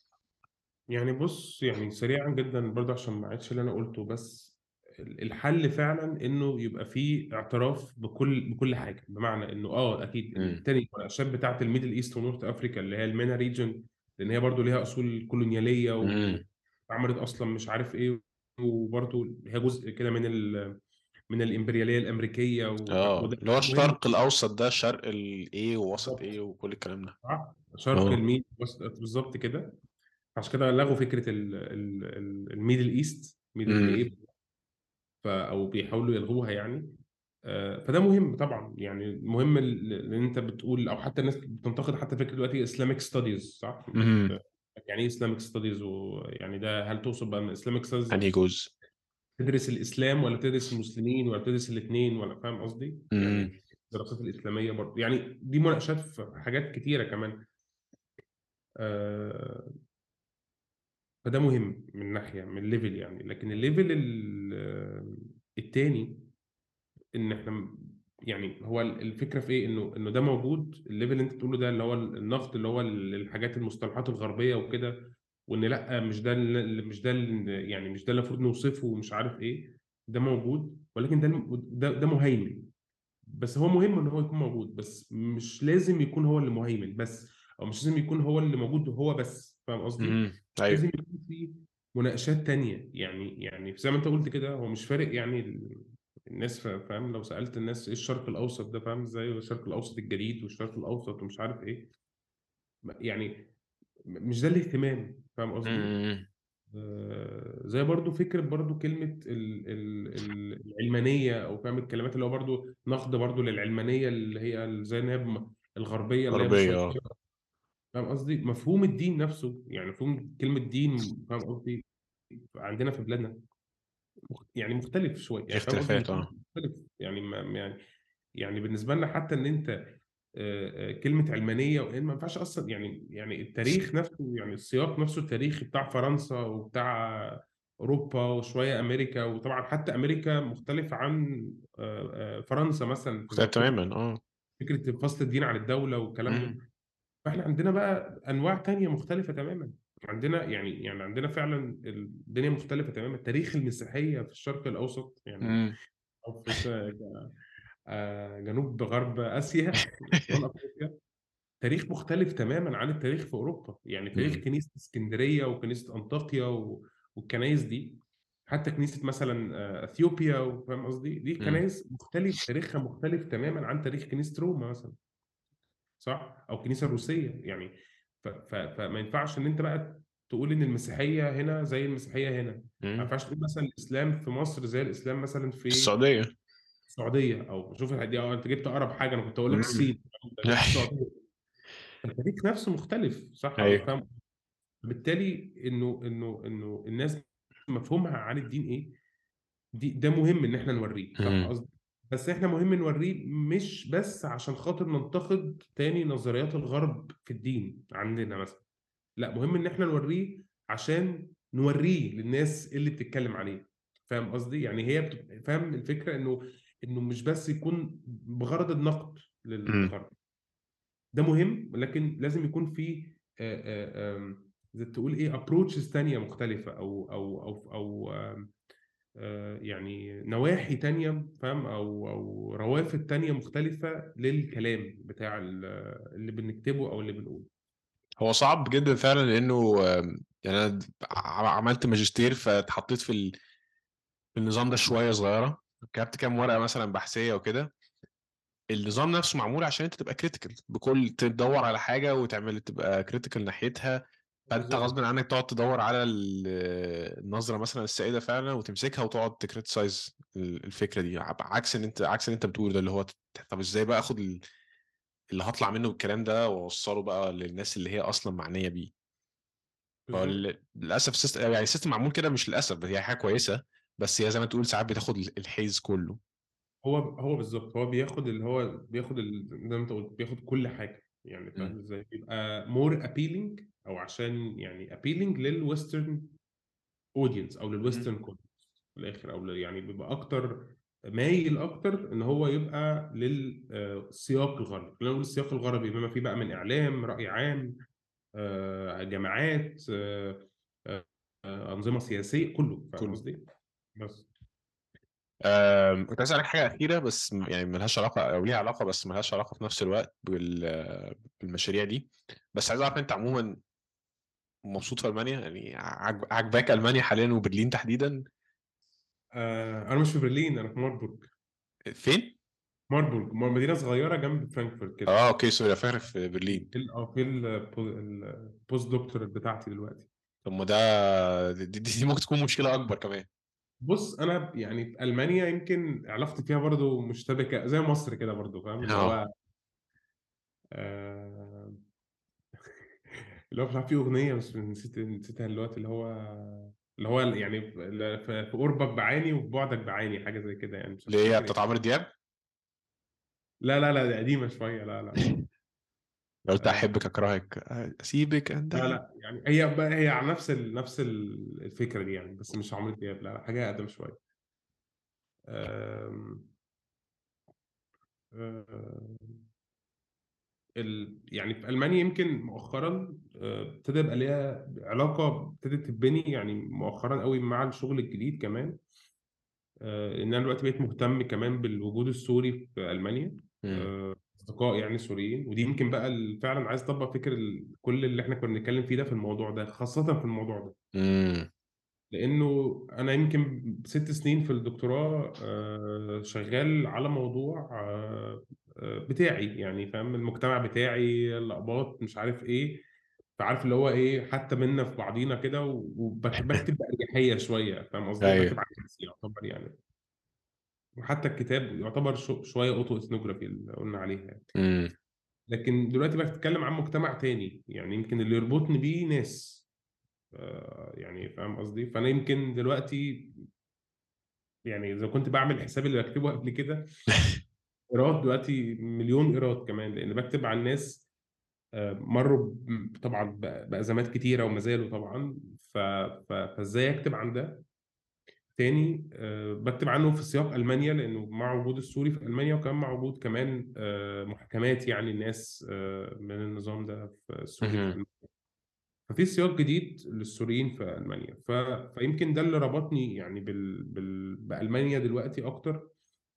يعني بُص، يعني سريعًا جدًا برضه عشان ما أعيدش اللي أنا قُلته، بس ال الحل فعلًا إنه يبقى في اعتراف بكل بكل حاجة، بمعنى إنه آه أكيد إمم، التاني المناقشات بتاعة الMiddle East وNorth Africa اللي هي الMENA region لإن هي برضه ليها أصول كولونيالية إمم، واتعملت أصلًا مش عارف إيه، وبرضه هي جزء كده من ال من الإمبريالية الأمريكية وف آه، وده اللي هو مهم الشرق الأوسط ده شرق الإيه ووسط بالضبط، إيه وكل الكلام ده. صح، شرق آه، النيل وسط بالضبط كده. عشان كده لغوا فكرة ال ال ال الMiddle East middle اللي إمم، إيه ف أو بيحاولوا يلغوها يعني. آآ، فده مهم طبعًا، يعني مهم ال لإن أنت بتقول أو حتى الناس بتنتقد حتى فكرة دلوقتي Islamic studies صح؟ أنت اهم. بت يعني إيه Islamic studies ويعني ده هل تقصد بقى إن Islamic أنهي studies جزء؟ تدرس الإسلام والّا تدرس المسلمين والّا تدرس الاتنين والّا فاهم قصدي؟ إمم، يعني الدراسات الإسلامية برضه، يعني دي مناقشات في حاجات كتيرة كمان. آآ، فده مهم من ناحية من level يعني، لكن الlevel ال التاني إن إحنا م يعني هو ال الفكرة في إيه، إنه إنه ده موجود الlevel اللي أنت بتقوله ده اللي هو ال النقد اللي هو ال للحاجات المصطلحات الغربية وكده، وإن لأ مش ده ال مش ده ال يعني مش ده اللي المفروض نوصفه ومش عارف إيه، ده موجود ولكن ده الم ده ده مهيمن، بس هو مهم إن هو يكون موجود، بس مش لازم يكون هو اللي مهيمن بس، أو مش لازم يكون هو اللي موجود هو بس، فاهم قصدي؟ اهم، أيوه، لازم يكون في مناقشات تانية، يعني يعني زي ما أنت قُلت كده هو مش فارق يعني ال الناس ف فاهم لو سألت الناس إيه الشرق الأوسط ده فاهم إزاي، والشرق الأوسط الجديد والشرق الأوسط ومش عارف إيه، م يعني م مش ده الاهتمام، فاهم إمم، قصدي؟ إمم، إمم، آآ زي برضه فكرة برضه كلمة ال ال ال العلمانية أو فاهم الكلمات اللي هو برضه نقد برضه للعلمانية اللي هي ال زي إن هي م الغربية اللي هي غربية مسيطرة، آه، فاهم قصدي؟ مفهوم الدين نفسه، يعني مفهوم كلمة دين فاهم قصدي؟ عندنا في بلادنا مخ يعني مختلف شوية، في يعني فاهم قصدي اختلافات مختلف آه، مختلف يعني ما ما يعني يعني بالنسبة لنا حتى إن أنت آآ آآ كلمة علمانية وإن ما ينفعش أصلًا يعني يعني التاريخ نفسه يعني السياق نفسه التاريخي بتاع فرنسا وبتاع اوروبا وشويه امريكا، وطبعا حتى امريكا مختلف عن آه، آه، فرنسا مثلا في مختلف فكره تماما اه. فكره فصل الدين عن الدوله والكلام ده. مم. فاحنا عندنا بقى انواع تانية مختلفه تماما. عندنا يعني يعني عندنا فعلا الدنيا مختلفه تماما. تاريخ المسيحيه في الشرق الاوسط يعني، مم. او في ش- آه، جنوب غرب اسيا، شمال افريقيا، تاريخ مختلف تماما عن التاريخ في اوروبا. يعني تاريخ مم. كنيسه اسكندريه وكنيسه انطاكيا و- والكنائس دي، حتى كنيسه مثلا آه، اثيوبيا، وفاهم قصدي، دي مم. كنائس مختلف، تاريخها مختلف تماما عن تاريخ كنيسه روما مثلا، صح؟ او الكنيسه الروسيه يعني. ف- ف- فما ينفعش ان انت بقى تقول ان المسيحيه هنا زي المسيحيه هنا. ما مم. ينفعش تقول مثلا الاسلام في مصر زي الاسلام مثلا في السعودية. السعوديه. او شوف دي، اه انت جبت اقرب حاجه، انا كنت اقول لك مم. الصين، ده في السعوديه. التاريخ نفسه مختلف، صح؟ او ايوه. فاهم. بالتالي انه انه انه الناس مفهومها عن الدين ايه، دي ده مهم ان احنا نوريه، صح مم. قصدي. بس احنا مهم نوريه مش بس عشان خاطر ننتقد تاني نظريات الغرب في الدين عندنا مثلا، لا، مهم ان احنا نوريه عشان نوريه للناس اللي بتتكلم عليه. فاهم قصدي؟ يعني هي بت- فاهم الفكرة، انه انه مش بس يكون بغرض النقد مم. للغرب، ده مهم، لكن لازم يكون في آه، آه، آم، زي تقول ايه ابروتشز تانية مختلفة، او او او او آم، آه، يعني نواحي تانية، فاهم، او او روافد تانية مختلفة للكلام بتاع ال- اللي بنكتبه او اللي بنقوله. هو صعب جدا فعلا لانه آم، يعني انا ع- عملت ماجستير فاتحطيت في ال- في النظام ده شويه صغيره، كتبت كام ورقه مثلا بحثيه وكده. النظام نفسه معمول عشان انت تبقى كريتيكال بكل، تدور على حاجه وتعمل تبقى كريتيكال ناحيتها. فانت بالظبط. غصب عنك تقعد تدور على ال- النظره مثلا السائده فعلا وتمسكها وتقعد تكريتسايز الفكره دي، عكس ان انت عكس ان انت بتقول ده اللي هو طب ازاي بقى اخد ال- اللي هطلع منه بالكلام ده واوصله بقى للناس اللي هي اصلا معنيه بيه. بالظبط. فال- للاسف السيستم، يعني السيستم معمول كده، مش للاسف هي حاجه كويسه، بس هي زي ما تقول ساعات بتاخد الحيز كله. هو هو بالظبط، هو بياخد اللي هو بياخد ال- زي ما انت قلت، بياخد كل حاجه. يعني مم. فاهم ازاي بيبقى مور ابيلينج، او عشان يعني ابيلينج للويسترن اودينس او مم. للويسترن كونتكست في الاخر، او ل- يعني بيبقى اكتر مايل اكتر ان هو يبقى للسياق الغربي. خلينا نقول السياق الغربي بما فيه بقى من اعلام، راي عام، آه، جامعات، آه، آه، آه، انظمه سياسيه، كله. فاهم كله. قصدي؟ بس آم، كنت عايز اسالك حاجه اخيره بس م- يعني ملهاش علاقه او ليها علاقه بس ملهاش علاقه في نفس الوقت بال- بالمشاريع دي. بس عايز اعرف انت عموما مبسوط في المانيا؟ يعني عاجب- عاجباك المانيا حاليا وبرلين تحديدا؟ آه، انا مش في برلين، انا في ماربورج. فين؟ ماربورج م- مدينة صغيرة جنب فرانكفورت كده. اه اوكي سوري، فاكر في برلين. في ال- اه في البوست دكتور بتاعتي دلوقتي. طب ما ده دي, دي, دي ممكن تكون مشكله اكبر كمان. بص، انا يعني في المانيا يمكن علاقتي فيها برضو مشتبكة زي مصر كده برضو، فاهم اللي اه هو آه اللي هو مش عارف، في اغنية بس نسيت نسيتها دلوقتي، اللي هو اللي هو يعني في في قربك بعاني وفي بعدك بعاني، حاجة زي كده يعني، مش اللي هي هفتكر بتاعت ايه. عمرو دياب. لا لا لا، دي قديمة شوية، لا لا. لو قلت آه، احبك اكرهك اسيبك لا اندهك. لا، يعني هي بقى هي على نفس ال... نفس ال- الفكره دي يعني، بس مش عمرو دياب، لا لا، حاجه اقدم شويه. آم، آم، ال... يعني في المانيا يمكن مؤخرا آه، ابتدى يبقى ليها علاقه، ابتدت تتبني يعني مؤخرا قوي مع الشغل الجديد كمان. آه، ان انا دلوقتي بقيت مهتم كمان بالوجود السوري في المانيا. امم. آه، اصدقاء يعني سوريين، ودي يمكن بقى ال- فعلا عايز اطبق فكر ال... كل اللي احنا كنا بنتكلم فيه ده في الموضوع ده، خاصه في الموضوع ده. امم. لانه انا يمكن ست سنين في الدكتوراه آه، شغال على موضوع آه، آه، بتاعي، يعني فاهم المجتمع بتاعي، الاقباط، مش عارف ايه. فعارف اللي هو ايه، حتى منا في بعضينا كده، وبكتب بأريحية شوية، فاهم قصدي، بكتب ايوه. عن نفسي يعتبر يعني. وحتى الكتاب يعتبر شو- شوية اوتو اثنوجرافي اللي قلنا عليها يعني. امم. لكن دلوقتي بتكلم عن مجتمع تاني، يعني يمكن اللي يربطني بيه ناس آه، يعني فاهم قصدي. فانا يمكن دلوقتي يعني اذا كنت بعمل الحساب اللي بكتبه قبل كده، ايراد دلوقتي مليون ايراد كمان، لان بكتب عن ناس آه، مروا ب- طبعا ب- بازمات كتيره وما زالوا طبعا. ف- ف- فازاي اكتب عن ده تاني آه، بكتب عنه في سياق ألمانيا، لأنه مع وجود السوري في ألمانيا، وكمان مع وجود كمان آه، محاكمات يعني الناس آه، من النظام ده في سوريا في مهم. ألمانيا. ففي سياق جديد للسوريين في ألمانيا. ف... فيمكن ده اللي ربطني يعني بال... بال... بألمانيا دلوقتي أكتر.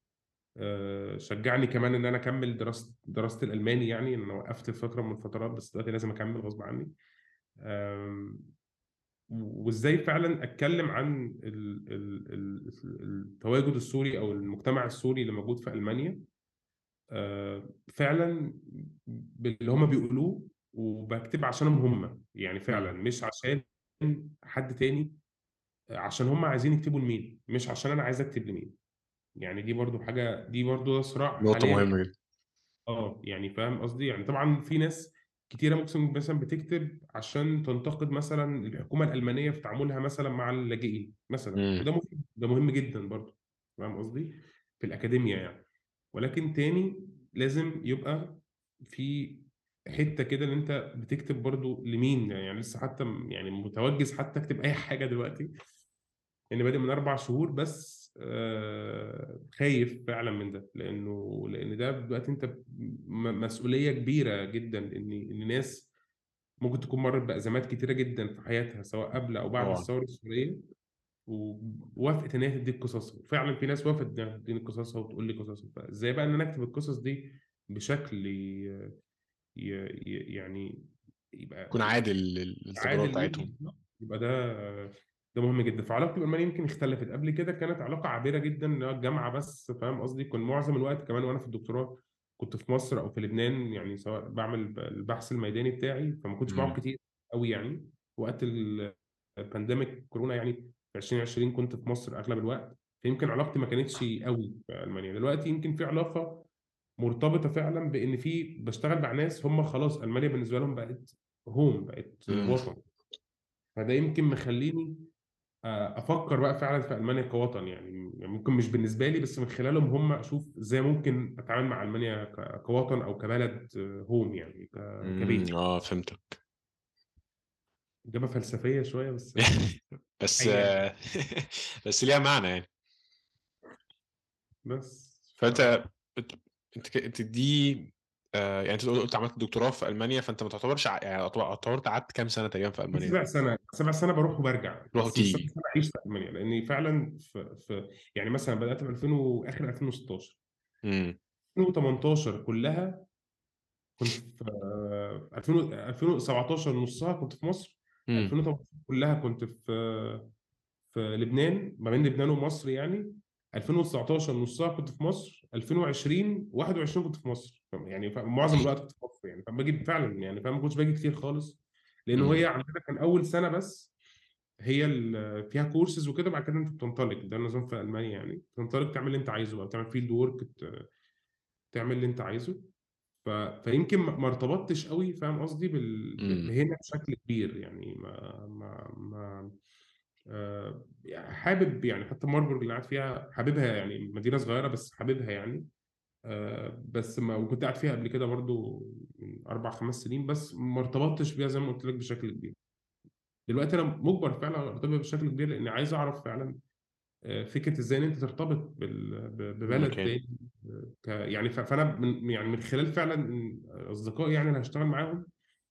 آه، شجعني كمان إن أنا أكمل دراسة دراسة الألماني، يعني إن أنا وقفت فترة من الفترات، بس دلوقتي لازم أكمل غصب عني. آم، وازاي فعلا اتكلم عن ال- ال- ال- التواجد السوري او المجتمع السوري اللي موجود في المانيا، آه، فعلا باللي هم بيقولوه، وبكتب عشانهم هم، يعني فعلا مم. مش عشان حد تاني، عشان هم عايزين يكتبوا لمين، مش عشان انا عايز اكتب لمين. يعني دي برضو حاجه، دي برضو ده صراع نقطة حاليا. مهمة جدا. اه يعني فاهم قصدي. يعني طبعا في ناس كتيرة ممكن مثلا بتكتب عشان تنتقد مثلا الحكومة الألمانية في تعاملها مثلا مع اللاجئين مثلا، مم. وده مهم، ده مهم جدا برضه. فاهم قصدي، في الأكاديمية يعني. ولكن تاني لازم يبقى في حتة كده اللي انت بتكتب برضه لمين. يعني لسه حتى م- يعني متوجس حتى اكتب اي حاجة دلوقتي، يعني بادئ من أربع شهور بس. آه، خايف فعلا من ده، لأنه لأن ده دلوقتي أنت م- مسؤولية كبيرة جدا، إن إن ناس ممكن تكون مرت بأزمات كتيرة جدا في حياتها، سواء قبل أو بعد طبعا. الثورة السورية، ووافقت إن هي تديك قصصها. فعلا في ناس وافقت إنها تديني قصصها وتقول لي قصصها. فإزاي بقى إن أنا أكتب القصص دي بشكل ي... ي... ي- يعني يبقى يكون عادل لل- للتجربة عادل بتاعتهم. ليه، يبقى ده ده مهم جدا. فعلاقتي بالمانيا يمكن اختلفت. قبل كده كانت علاقه عابره جدا، اللي هو الجامعه بس، فاهم قصدي. كنت معظم الوقت كمان وانا في الدكتوراه كنت في مصر او في لبنان، يعني سواء بعمل البحث الميداني بتاعي، فما كنتش بقعد مم. كتير قوي يعني. وقت البانديميك كورونا يعني في ألفين وعشرين كنت في مصر اغلب الوقت. فيمكن علاقتي ما كانتش قوي في المانيا. دلوقتي يمكن في علاقه مرتبطه فعلا، بان في بشتغل مع ناس هم خلاص المانيا بالنسبه لهم بقت هوم، بقت مم. وطن. فده يمكن مخليني آه، افكر بقى فعلا في المانيا كوطن. يعني يعني ممكن مش بالنسبه لي، بس من خلالهم هم اشوف ازاي ممكن اتعامل مع المانيا ك- كوطن او كبلد آه، هوم، يعني ك- مم. كبيت. اه فهمتك. اجابه فلسفيه شويه بس آه، بس حقيقه. آه، بس ليها معنى يعني. بس ف فانت انت انت انت دي آه، يعني انت قلت عملت دكتوراه في المانيا، فانت ما تعتبرش ع- يعني اعتبرت قعدت كام سنه تقريبا في المانيا؟ سبع سنة سبع سنة بروح وبرجع، تروح بس مش سبع وتيجي. سنة أعيش في ألمانيا، لأني فعلا في, في يعني مثلا بدأت في ألفين و- آخر ألفين وستاشر. امم. ألفين وتمنتاشر كلها كنت في آه، ألفين و- ألفين وسبعتاشر نصها كنت في مصر. امم. ألفين وتمنتاشر كلها كنت في في لبنان، ما بين لبنان ومصر يعني. ألفين وتسعتاشر نصها كنت في مصر. ألفين وعشرين واحد وعشرين كنت في مصر. ف- يعني ف- معظم الوقت كنت في مصر يعني. فباجي فعلا يعني فاهم، ما كنتش باجي كتير خالص، لانه هي امم. عندنا كان اول سنه بس هي ال- فيها كورسز وكده. بعد كده انت بتنطلق، ده النظام في المانيا يعني. تنطلق تعمل اللي انت عايزه بقى، تعمل فيلد وورك، تعمل اللي انت عايزه. ف... فيمكن ما ما ارتبطتش قوي، فاهم قصدي، بال... ب- امم. بهنا بشكل كبير يعني. ما ما ما آه، يعني حابب يعني حتى ماربورغ اللي قاعد فيها حاببها، يعني مدينة صغيرة بس حاببها يعني. آه، بس ما وكنت قاعد فيها قبل كده برضو من أربع خمس سنين، بس ما ارتبطتش بيها زي ما قلت لك بشكل كبير. دلوقتي أنا مجبر فعلا ارتبط بشكل كبير، لأني عايز أعرف فعلا آه، فكرة إزاي إن أنت ترتبط بال- ب- ببلد المكان. تاني. آه، ك- يعني ف- فأنا من يعني من خلال فعلا أصدقائي يعني اللي هشتغل معاهم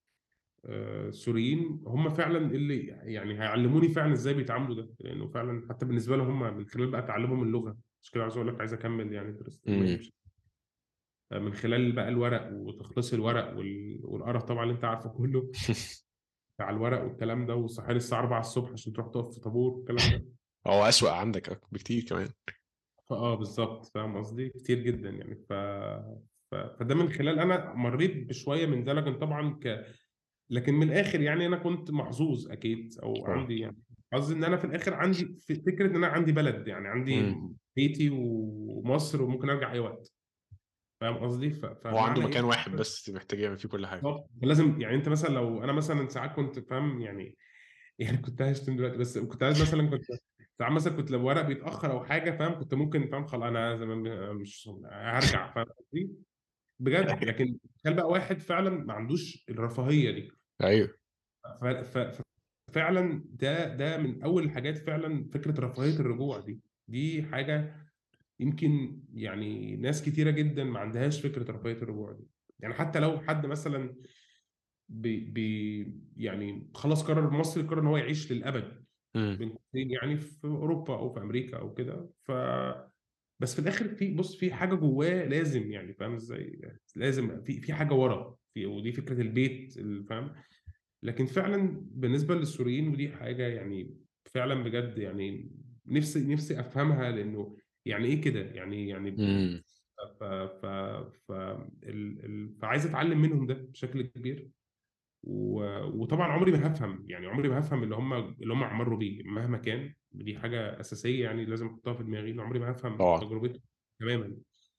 آه، سوريين، هم فعلا اللي يعني هيعلموني فعلا ازاي بيتعاملوا ده، لانه فعلا حتى بالنسبه لهم هم من خلال بقى تعلمهم اللغه. مش كده، عايز اقول لك عايز اكمل يعني دراسه الماني امم. بش- آه، من خلال بقى الورق وتخليص الورق وال- والقرف طبعا اللي انت عارفه كله بتاع الورق والكلام ده، وصحيان الساعه أربعة الصبح عشان تروح تقف في طابور والكلام ده. هو اسوأ عندك أك- بكتير كمان. فاه بالظبط، فاهم قصدي كتير جدا يعني. ف... ف... فده من خلال انا مريت بشويه من ده، لكن طبعا لكن من الاخر يعني انا كنت محظوظ اكيد، او اه. عندي يعني حظ ان انا في الاخر عندي في فكره ان انا عندي بلد، يعني عندي امم. بيتي ومصر وممكن ارجع اي وقت. فاهم قصدي. ف- هو عنده فمعنى ايه مكان واحد بس محتاج يعمل فيه كل حاجه. بالظبط. لازم يعني انت مثلا لو انا مثلا ساعات كنت فاهم يعني يعني كنت هشتم دلوقتي، بس كنت عايز مثلا كنت ساعات مثلا كنت لو ورق بيتاخر او حاجه، فاهم، كنت ممكن فاهم خلاص انا زمان مش هرجع، فاهم قصدي بجد. لكن تخيل بقى واحد فعلا ما عندوش الرفاهيه دي. ايوه. ف... ف... فعلا ده ده من اول الحاجات فعلا، فكره رفاهيه الرجوع دي دي حاجه يمكن يعني ناس كتيره جدا ما عندهاش فكره رفاهيه الرجوع دي. يعني حتى لو حد مثلا بي بي يعني خلاص قرر مصري، قرر ان هو يعيش للابد امم. بين قوسين يعني في اوروبا او في امريكا او كده، ف بس في الاخر في بص في حاجه جواه لازم، يعني فاهم ازاي، لازم في في حاجه ورا في، ودي فكره البيت اللي فاهم. لكن فعلا بالنسبه للسوريين، ودي حاجه يعني فعلا بجد يعني نفسي نفسي افهمها، لانه يعني ايه كده، يعني يعني امم. ف ف ف ال... ال... فعايز اتعلم منهم ده بشكل كبير. و... وطبعا عمري ما هفهم، يعني عمري ما هفهم اللي هم اللي هم عمروا بيه مهما كان، دي حاجه اساسيه يعني لازم احطها في دماغي، إن عمري ما هفهم طبعا. تجربتهم تماما.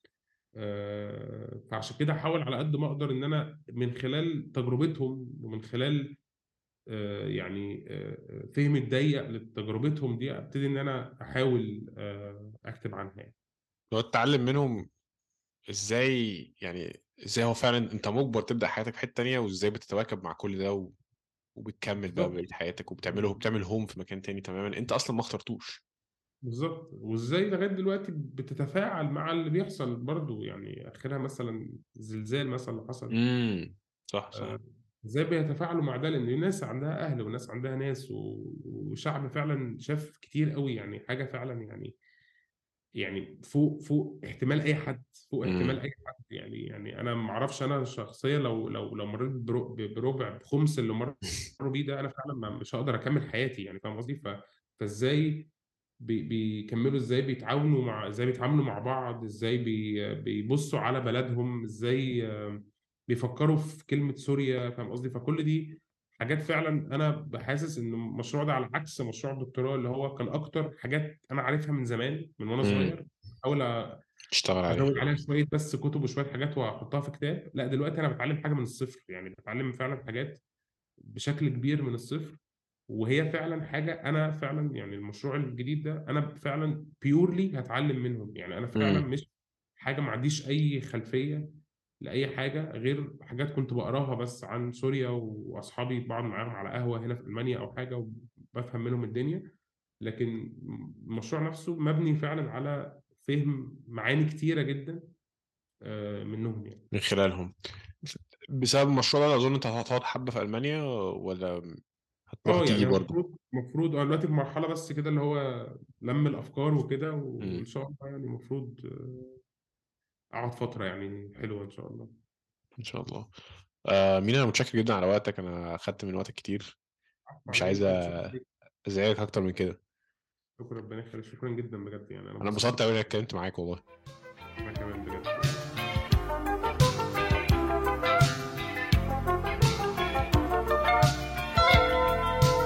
آه، فعشان كده احاول على قد ما اقدر ان انا من خلال تجربتهم ومن خلال آه، يعني آه، فهمي الضيق لتجربتهم دي، ابتدي ان انا احاول آه، اكتب عنها يعني. لو تتعلم منهم ازاي، يعني ازاي هو فعلا انت مجبر تبدأ حياتك في حتة تانية، وازاي بتتواكب مع كل ده و... وبتكمل بقى بالظبط. بقية حياتك، وبتعمله بتعمل هوم في مكان تاني تماما انت اصلا ما اخترتوش. بالظبط، وازاي لغايه دلوقتي بتتفاعل مع اللي بيحصل برضو، يعني اخرها مثلا زلزال مثلا اللي حصل. امم. صح صح. آه، ازاي بيتفاعلوا مع ده، لان الناس عندها اهل وناس عندها ناس و- وشعب فعلا شاف كتير قوي، يعني حاجه فعلا يعني يعني فوق فوق احتمال اي حد، فوق احتمال امم. اي حد يعني يعني انا ما اعرفش، انا شخصيا لو لو لو مريت برو- بربع بخمس اللي مروا بيه ده، انا فعلا ما- مش هقدر اكمل حياتي، يعني فاهم قصدي. ف فازاي بي- بيكملوا، ازاي بيتعاونوا مع، ازاي بيتعاملوا مع بعض، ازاي بي بيبصوا على بلدهم، ازاي آه، بيفكروا في كلمة سوريا، فاهم قصدي. فكل دي حاجات فعلا انا بحاسس ان المشروع ده على عكس مشروع الدكتوراه اللي هو كان اكتر حاجات انا عارفها من زمان من وانا امم. صغير، احاول اشتغل عليه. ازود عليها شويه بس كتب وشويه حاجات واحطها في كتاب. لا دلوقتي انا بتعلم حاجه من الصفر، يعني بتعلم فعلا حاجات بشكل كبير من الصفر. وهي فعلا حاجه انا فعلا يعني المشروع الجديد ده انا فعلا بيورلي هتعلم منهم، يعني انا فعلا امم. مش حاجه ما عنديش اي خلفيه لاي حاجه غير حاجات كنت بقراها بس عن سوريا، واصحابي بقعد معاهم على قهوه هنا في المانيا او حاجه وبفهم منهم الدنيا. لكن المشروع نفسه مبني فعلا على فهم معاني كتيره جدا آه، منهم يعني. من خلالهم. بسبب المشروع ده اظن انت هتقعد حبة في المانيا، ولا هتروح اه وتيجي يعني برضه؟ المفروض المفروض اه دلوقتي في مرحله بس كده اللي هو لم الافكار وكده، امم. وان شاء الله يعني المفروض آه، اقعد فتره يعني حلوه ان شاء الله. ان شاء الله. آه مين، انا متشكر جدا على وقتك، انا اخدت من وقتك كتير. عفوا مش على ايه، عايز ده شكرا ليك. ازعجك اكتر من كده. شكرا، ربنا يخليك، شكرا جدا بجد، يعني انا انا انبسطت انبسطت قوي كتير. اني اتكلمت معاك والله. انا كمان بجد.